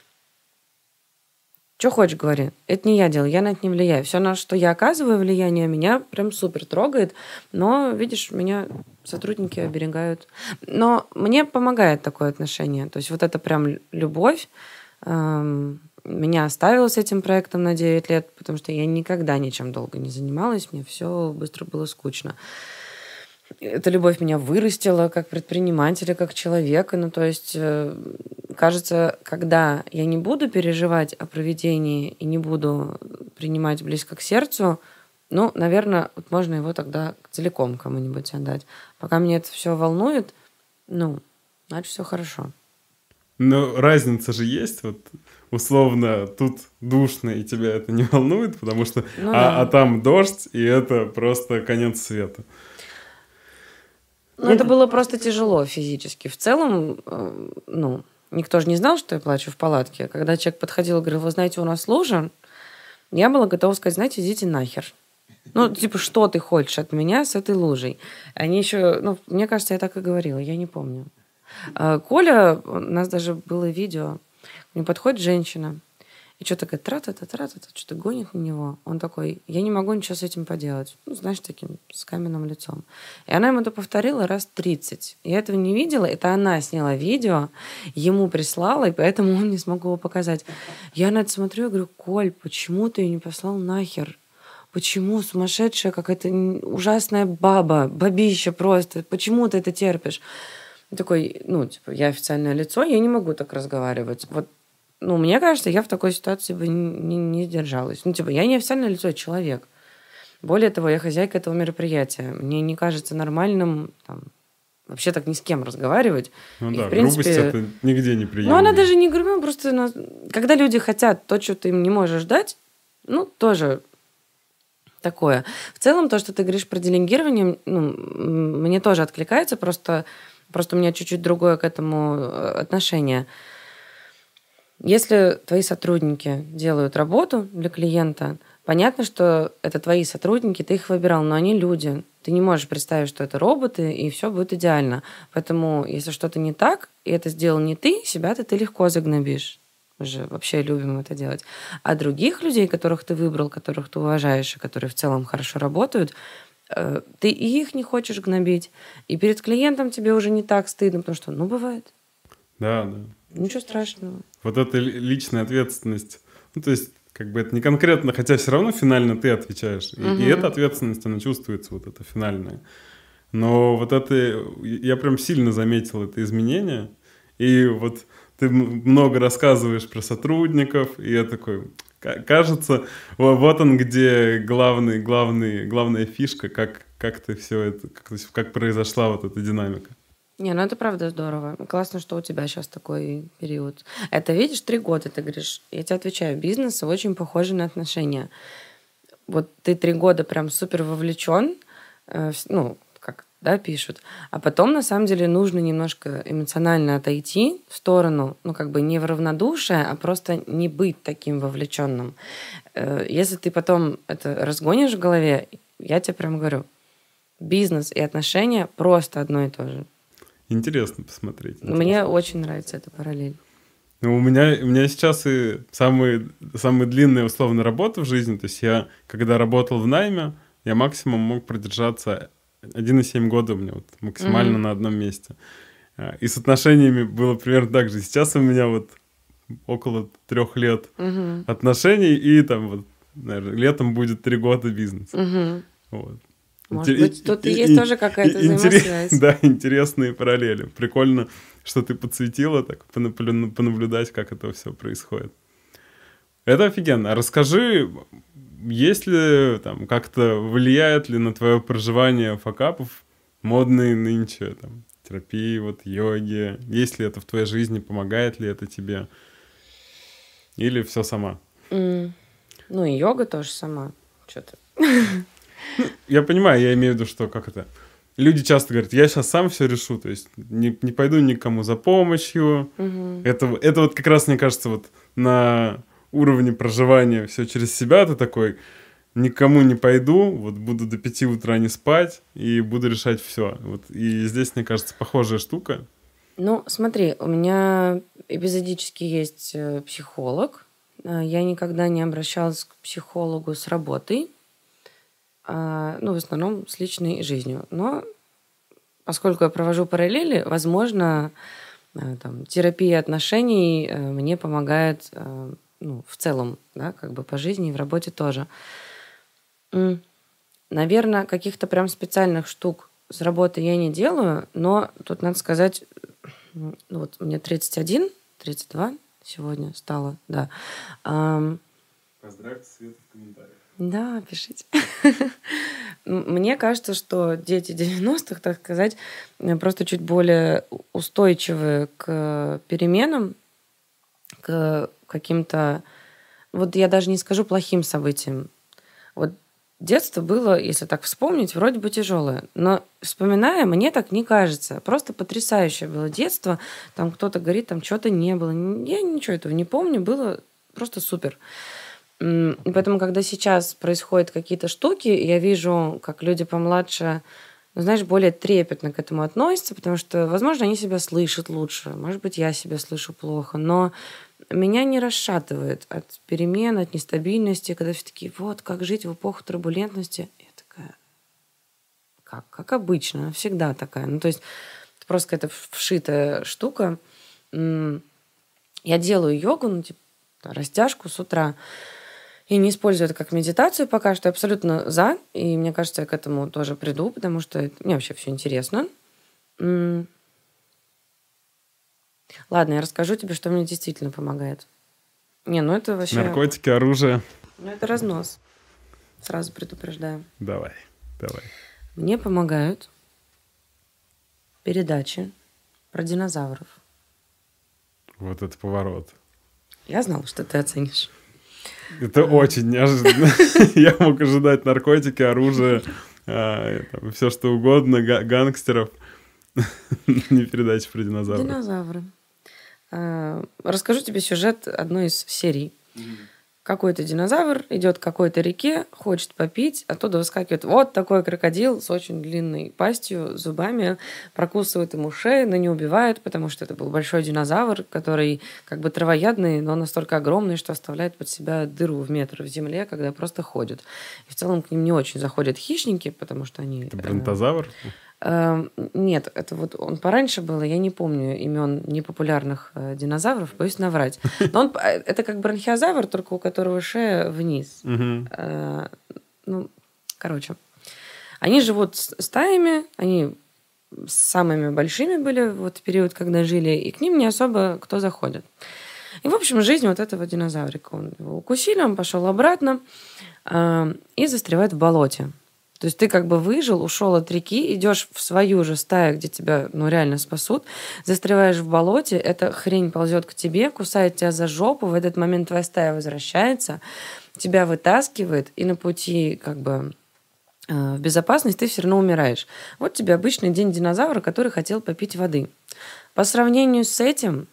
C: Что хочешь, говори. Это не я делаю, я на это не влияю. Все, на что я оказываю влияние, меня прям супер трогает. Но, видишь, меня сотрудники оберегают. Но мне помогает такое отношение. То есть вот это прям любовь. Эм, меня оставила с этим проектом на девять лет, потому что я никогда ничем долго не занималась. Мне все быстро было скучно. Эта любовь меня вырастила как предпринимателя, как человека. Ну, то есть, кажется, когда я не буду переживать о проведении и не буду принимать близко к сердцу, ну, наверное, вот можно его тогда целиком кому-нибудь отдать. Пока меня это все волнует, ну, значит, все хорошо.
B: Но разница же есть, вот условно тут душно, и тебя это не волнует, потому что
C: ну,
B: а,
C: да.
B: а там дождь, и это просто конец света.
C: Ну, это было просто тяжело физически. В целом, ну, никто же не знал, что я плачу в палатке. Когда человек подходил и говорил, вы знаете, у нас лужа, я была готова сказать, знаете, идите нахер. Ну, типа, что ты хочешь от меня с этой лужей? Они еще, ну, мне кажется, я так и говорила, я не помню. Коля, у нас даже было видео, к нему подходит женщина, и что-то такая тра-та-та-тра-та-та, что-то гонит на него. Он такой, я не могу ничего с этим поделать. Ну, знаешь, таким, с каменным лицом. И она ему это повторила раз тридцать. Я этого не видела. Это она сняла видео, ему прислала, и поэтому он не смог его показать. Я на это смотрю и говорю, Коль, почему ты ее не послал нахер? Почему сумасшедшая какая-то ужасная баба, бабища просто? Почему ты это терпишь? Он такой, ну, типа, я официальное лицо, я не могу так разговаривать. Вот. Ну, мне кажется, я в такой ситуации бы не, не сдержалась. Ну, типа, я не официальное лицо, я человек. Более того, я хозяйка этого мероприятия. Мне не кажется нормальным там, вообще так ни с кем разговаривать.
B: Ну
C: и,
B: да,
C: в принципе,
B: грубость это нигде не приемлемо.
C: Ну, она даже не грубая, просто... Когда люди хотят то, что ты им не можешь дать, ну, тоже такое. В целом, то, что ты говоришь про делегирование, ну, мне тоже откликается, просто, просто у меня чуть-чуть другое к этому отношение. Если твои сотрудники делают работу для клиента, понятно, что это твои сотрудники, ты их выбирал, но они люди. Ты не можешь представить, что это роботы, и все будет идеально. Поэтому, если что-то не так, и это сделал не ты, себя-то ты легко загнобишь. Мы же вообще любим это делать. А других людей, которых ты выбрал, которых ты уважаешь, и которые в целом хорошо работают, ты и их не хочешь гнобить. И перед клиентом тебе уже не так стыдно, потому что, ну, бывает.
B: Да, да.
C: Ничего страшного.
B: Вот эта личная ответственность, ну, то есть, как бы это не конкретно, хотя все равно финально ты отвечаешь. И, угу. и эта ответственность, она чувствуется, вот эта финальная. Но вот это, я прям сильно заметил это изменение. И вот ты много рассказываешь про сотрудников, и я такой, кажется, вот он где главный, главный, главная фишка, как, как ты все это, как, как произошла вот эта динамика.
C: Не, ну это правда здорово. Классно, что у тебя сейчас такой период. Это, видишь, три года, ты говоришь, я тебе отвечаю, бизнес очень похожий на отношения. Вот ты три года прям супер вовлечен, э, ну, как, да, пишут, а потом, на самом деле, нужно немножко эмоционально отойти в сторону, ну, как бы не в равнодушие, а просто не быть таким вовлеченным. Э, если ты потом это разгонишь в голове, я тебе прям говорю, бизнес и отношения просто одно и то же.
B: Интересно посмотреть. Интересно.
C: Мне очень нравится эта параллель.
B: Ну, у меня, у меня сейчас и самые, самые длинные условно работы в жизни. То есть я, когда работал в найме, я максимум мог продержаться один и семь года у меня вот максимально mm-hmm. на одном месте. И с отношениями было примерно так же. Сейчас у меня вот около трех лет mm-hmm. отношений, и там вот, наверное, летом будет три года бизнеса. Mm-hmm. Вот.
C: Может быть, тут и, и есть и, тоже какая-то и, взаимосвязь.
B: Да, интересные параллели. Прикольно, что ты подсветила, так понаблюдать, как это все происходит. Это офигенно. А расскажи, есть ли там как-то влияет ли на твое проживание факапов модные нынче там терапии, вот йоги? Есть ли это в твоей жизни? Помогает ли это тебе? Или все сама?
C: Mm. Ну и йога тоже сама. Что-то.
B: Я понимаю, я имею в виду, что как это... Люди часто говорят, я сейчас сам все решу, то есть не, не пойду никому за помощью.
C: Mm-hmm.
B: Это, это вот как раз, мне кажется, вот на уровне проживания все через себя ты такой, никому не пойду, вот буду до пяти утра не спать и буду решать все. Вот, и здесь, мне кажется, похожая штука.
C: Ну, смотри, у меня эпизодически есть психолог. Я никогда не обращалась к психологу с работой. Ну, в основном с личной жизнью. Но поскольку я провожу параллели, возможно, там, терапия отношений мне помогает, ну, в целом, да, как бы по жизни и в работе тоже. Наверное, каких-то прям специальных штук с работы я не делаю, но тут надо сказать, ну, вот мне тридцать один, тридцать два сегодня стало, да.
B: Поздравьте Свету в комментариях.
C: Да, пишите. Мне кажется, что дети девяностых, так сказать, просто чуть более устойчивы к переменам, к каким-то... Вот я даже не скажу плохим событиям. Вот детство было, если так вспомнить, вроде бы тяжелое. Но вспоминая, мне так не кажется. Просто потрясающее было детство. Там кто-то говорит, там что-то не было. Я ничего этого не помню. Было просто супер. И поэтому, когда сейчас происходят какие-то штуки, я вижу, как люди помладше, ну, знаешь, более трепетно к этому относятся, потому что, возможно, они себя слышат лучше, может быть, я себя слышу плохо, но меня не расшатывает от перемен, от нестабильности, когда все такие, вот, как жить в эпоху турбулентности. Я такая, как? Как обычно, она всегда такая. Ну, то есть это просто какая-то вшитая штука. Я делаю йогу, ну, типа, растяжку с утра. Я не использую это как медитацию пока что, я абсолютно за, и мне кажется, я к этому тоже приду, потому что это, мне вообще все интересно. М- Ладно, я расскажу тебе, что мне действительно помогает. Не, ну это вообще...
B: Наркотики, оружие.
C: Ну это разнос. Сразу предупреждаю.
B: Давай, давай.
C: Мне помогают передачи про динозавров.
B: Вот это поворот.
C: Я знала, что ты оценишь.
B: Это очень неожиданно. Я мог ожидать наркотики, оружие, все что угодно, гангстеров. Не передачи про динозавров.
C: Динозавры. Расскажу тебе сюжет одной из серий. Какой-то динозавр идет к какой-то реке, хочет попить, оттуда выскакивает вот такой крокодил с очень длинной пастью, зубами, прокусывает ему шею, но не убивает, потому что это был большой динозавр, который как бы травоядный, но настолько огромный, что оставляет под себя дыру в метр в земле, когда просто ходит. И в целом к ним не очень заходят хищники, потому что они...
B: Это бронтозавр?
C: Э, нет, это вот он пораньше был, я не помню имен непопулярных э, динозавров, боюсь наврать. Но он, это как бронхиозавр, только у которого шея вниз.
B: Угу.
C: Э, ну, короче. Они живут стаями, они самыми большими были вот в период, когда жили, и к ним не особо кто заходит. И, в общем, жизнь вот этого динозаврика. Он его укусили, он пошел обратно э, и застревает в болоте. То есть ты как бы выжил, ушел от реки, идешь в свою же стаю, где тебя ну, реально спасут, застреваешь в болоте, эта хрень ползет к тебе, кусает тебя за жопу, в этот момент твоя стая возвращается, тебя вытаскивает, и на пути как бы э, в безопасность ты все равно умираешь. Вот тебе обычный день динозавра, который хотел попить воды. По сравнению с этим,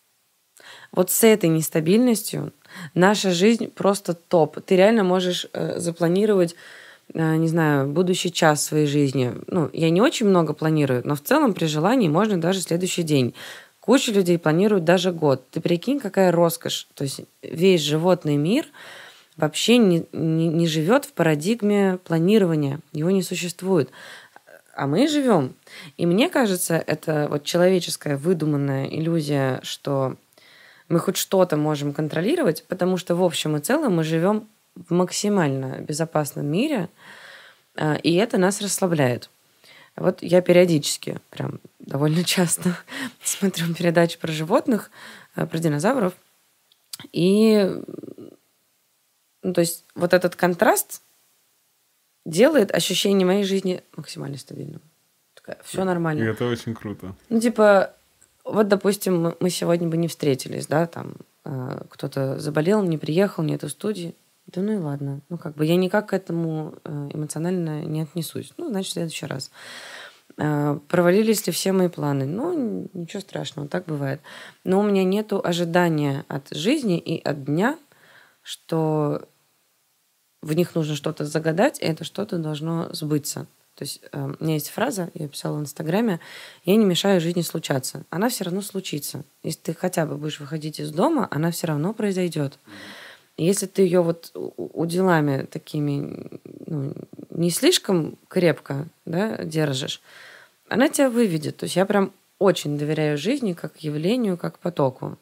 C: вот с этой нестабильностью, наша жизнь просто топ. Ты реально можешь э, запланировать не знаю, будущий час своей жизни. Ну, я не очень много планирую, но в целом при желании можно даже следующий день. Куча людей планируют даже год. Ты прикинь, какая роскошь. То есть весь животный мир вообще не, не, не живет в парадигме планирования. Его не существует. А мы живем. И мне кажется, это вот человеческая выдуманная иллюзия, что мы хоть что-то можем контролировать, потому что в общем и целом мы живем в максимально безопасном мире, и это нас расслабляет. Вот я периодически, прям довольно часто смотрю передачи про животных, про динозавров, и Ну, то есть вот этот контраст делает ощущение моей жизни максимально стабильным. Все нормально.
B: И это очень круто.
C: Ну, типа, вот, допустим, мы- мы сегодня бы не встретились, да, там э, кто-то заболел, не приехал, нету студии. Да ну и ладно. Ну, как бы я никак к этому э, эмоционально не отнесусь. Ну, значит, в следующий раз. Э, Провалились ли все мои планы? Ну, ничего страшного, так бывает. Но у меня нету ожидания от жизни и от дня, что в них нужно что-то загадать, и это что-то должно сбыться. То есть э, у меня есть фраза, я писала в Инстаграме: «Я не мешаю жизни случаться». Она все равно случится. Если ты хотя бы будешь выходить из дома, она все равно произойдет. И если ты ее вот у- уделами такими, ну, не слишком крепко, да, держишь, она тебя выведет. То есть я прям очень доверяю жизни как явлению, как потоку.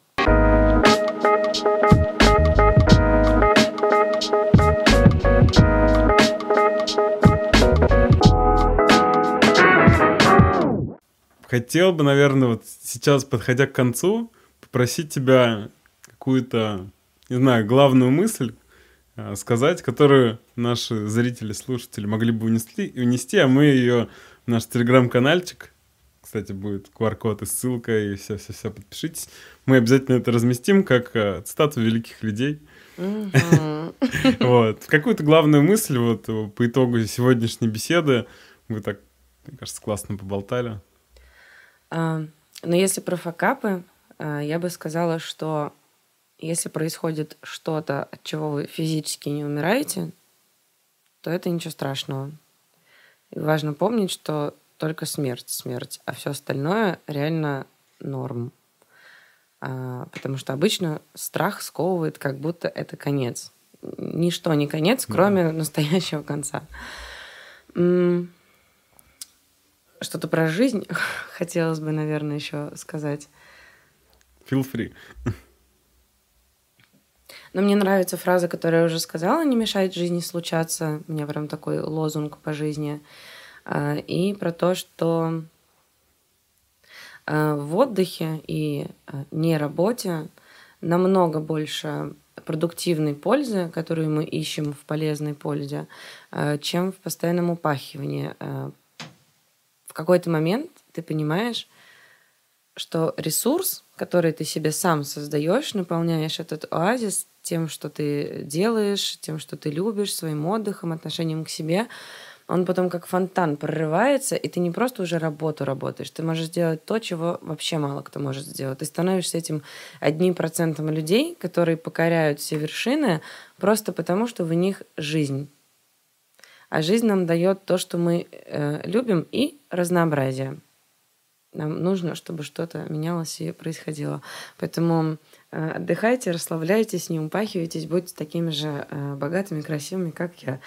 B: Хотел бы, наверное, вот сейчас, подходя к концу, попросить тебя какую-то, не знаю, главную мысль а, сказать, которую наши зрители, слушатели могли бы унести, унести, а мы ее в наш телеграм-канальчик, кстати, будет ку ар код и ссылка, и все-все-все, подпишитесь. Мы обязательно это разместим, как а, цитату великих людей.
C: Мгм.
B: Вот. Какую-то главную мысль вот по итогу сегодняшней беседы. Вы так, мне кажется, классно поболтали.
C: А, Но если про факапы, а, я бы сказала, что если происходит что-то, от чего вы физически не умираете, то это ничего страшного. И важно помнить, что только смерть — смерть, а все остальное реально норм. А, Потому что обычно страх сковывает, как будто это конец. Ничто не конец,
B: Да.
C: кроме настоящего конца. М, Что-то про жизнь хотелось бы, наверное, еще сказать.
B: Feel free.
C: Но мне нравится фраза, которую я уже сказала: «Не мешает жизни случаться». У меня прям такой лозунг по жизни. А, И про то, что а, в отдыхе и а, не работе намного больше продуктивной пользы, которую мы ищем в полезной пользе, а, чем в постоянном упахивании. А, В какой-то момент ты понимаешь, что ресурс, который ты себе сам создаешь, наполняешь этот оазис тем, что ты делаешь, тем, что ты любишь, своим отдыхом, отношением к себе, он потом как фонтан прорывается, и ты не просто уже работу работаешь, ты можешь сделать то, чего вообще мало кто может сделать. Ты становишься этим одним процентом людей, которые покоряют все вершины просто потому, что в них жизнь. А жизнь нам дает то, что мы э, любим, и разнообразие. Нам нужно, чтобы что-то менялось и происходило. Поэтому э, отдыхайте, расслабляйтесь, не упахивайтесь, будьте такими же э, богатыми, красивыми, как я.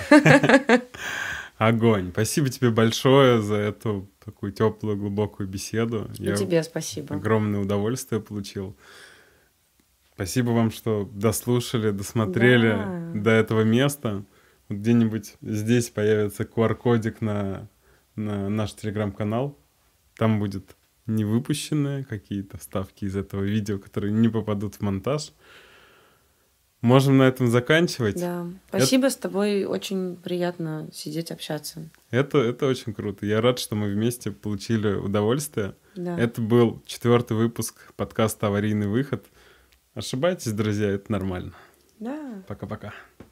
B: Огонь. Спасибо тебе большое за эту такую теплую, глубокую беседу.
C: И
B: Я
C: тебе спасибо.
B: огромное удовольствие получил. Спасибо вам, что дослушали, досмотрели
C: Да.
B: до этого места. Вот где-нибудь здесь появится ку ар кодик на, на наш телеграм-канал. Там будет невыпущенные какие-то вставки из этого видео, которые не попадут в монтаж. Можем на этом заканчивать.
C: Да. Спасибо, с тобой очень приятно сидеть, общаться.
B: Это, это очень круто. Я рад, что мы вместе получили удовольствие.
C: Да.
B: Это был четвертый выпуск подкаста «Аварийный выход». Ошибайтесь, друзья, это нормально.
C: Да.
B: Пока-пока.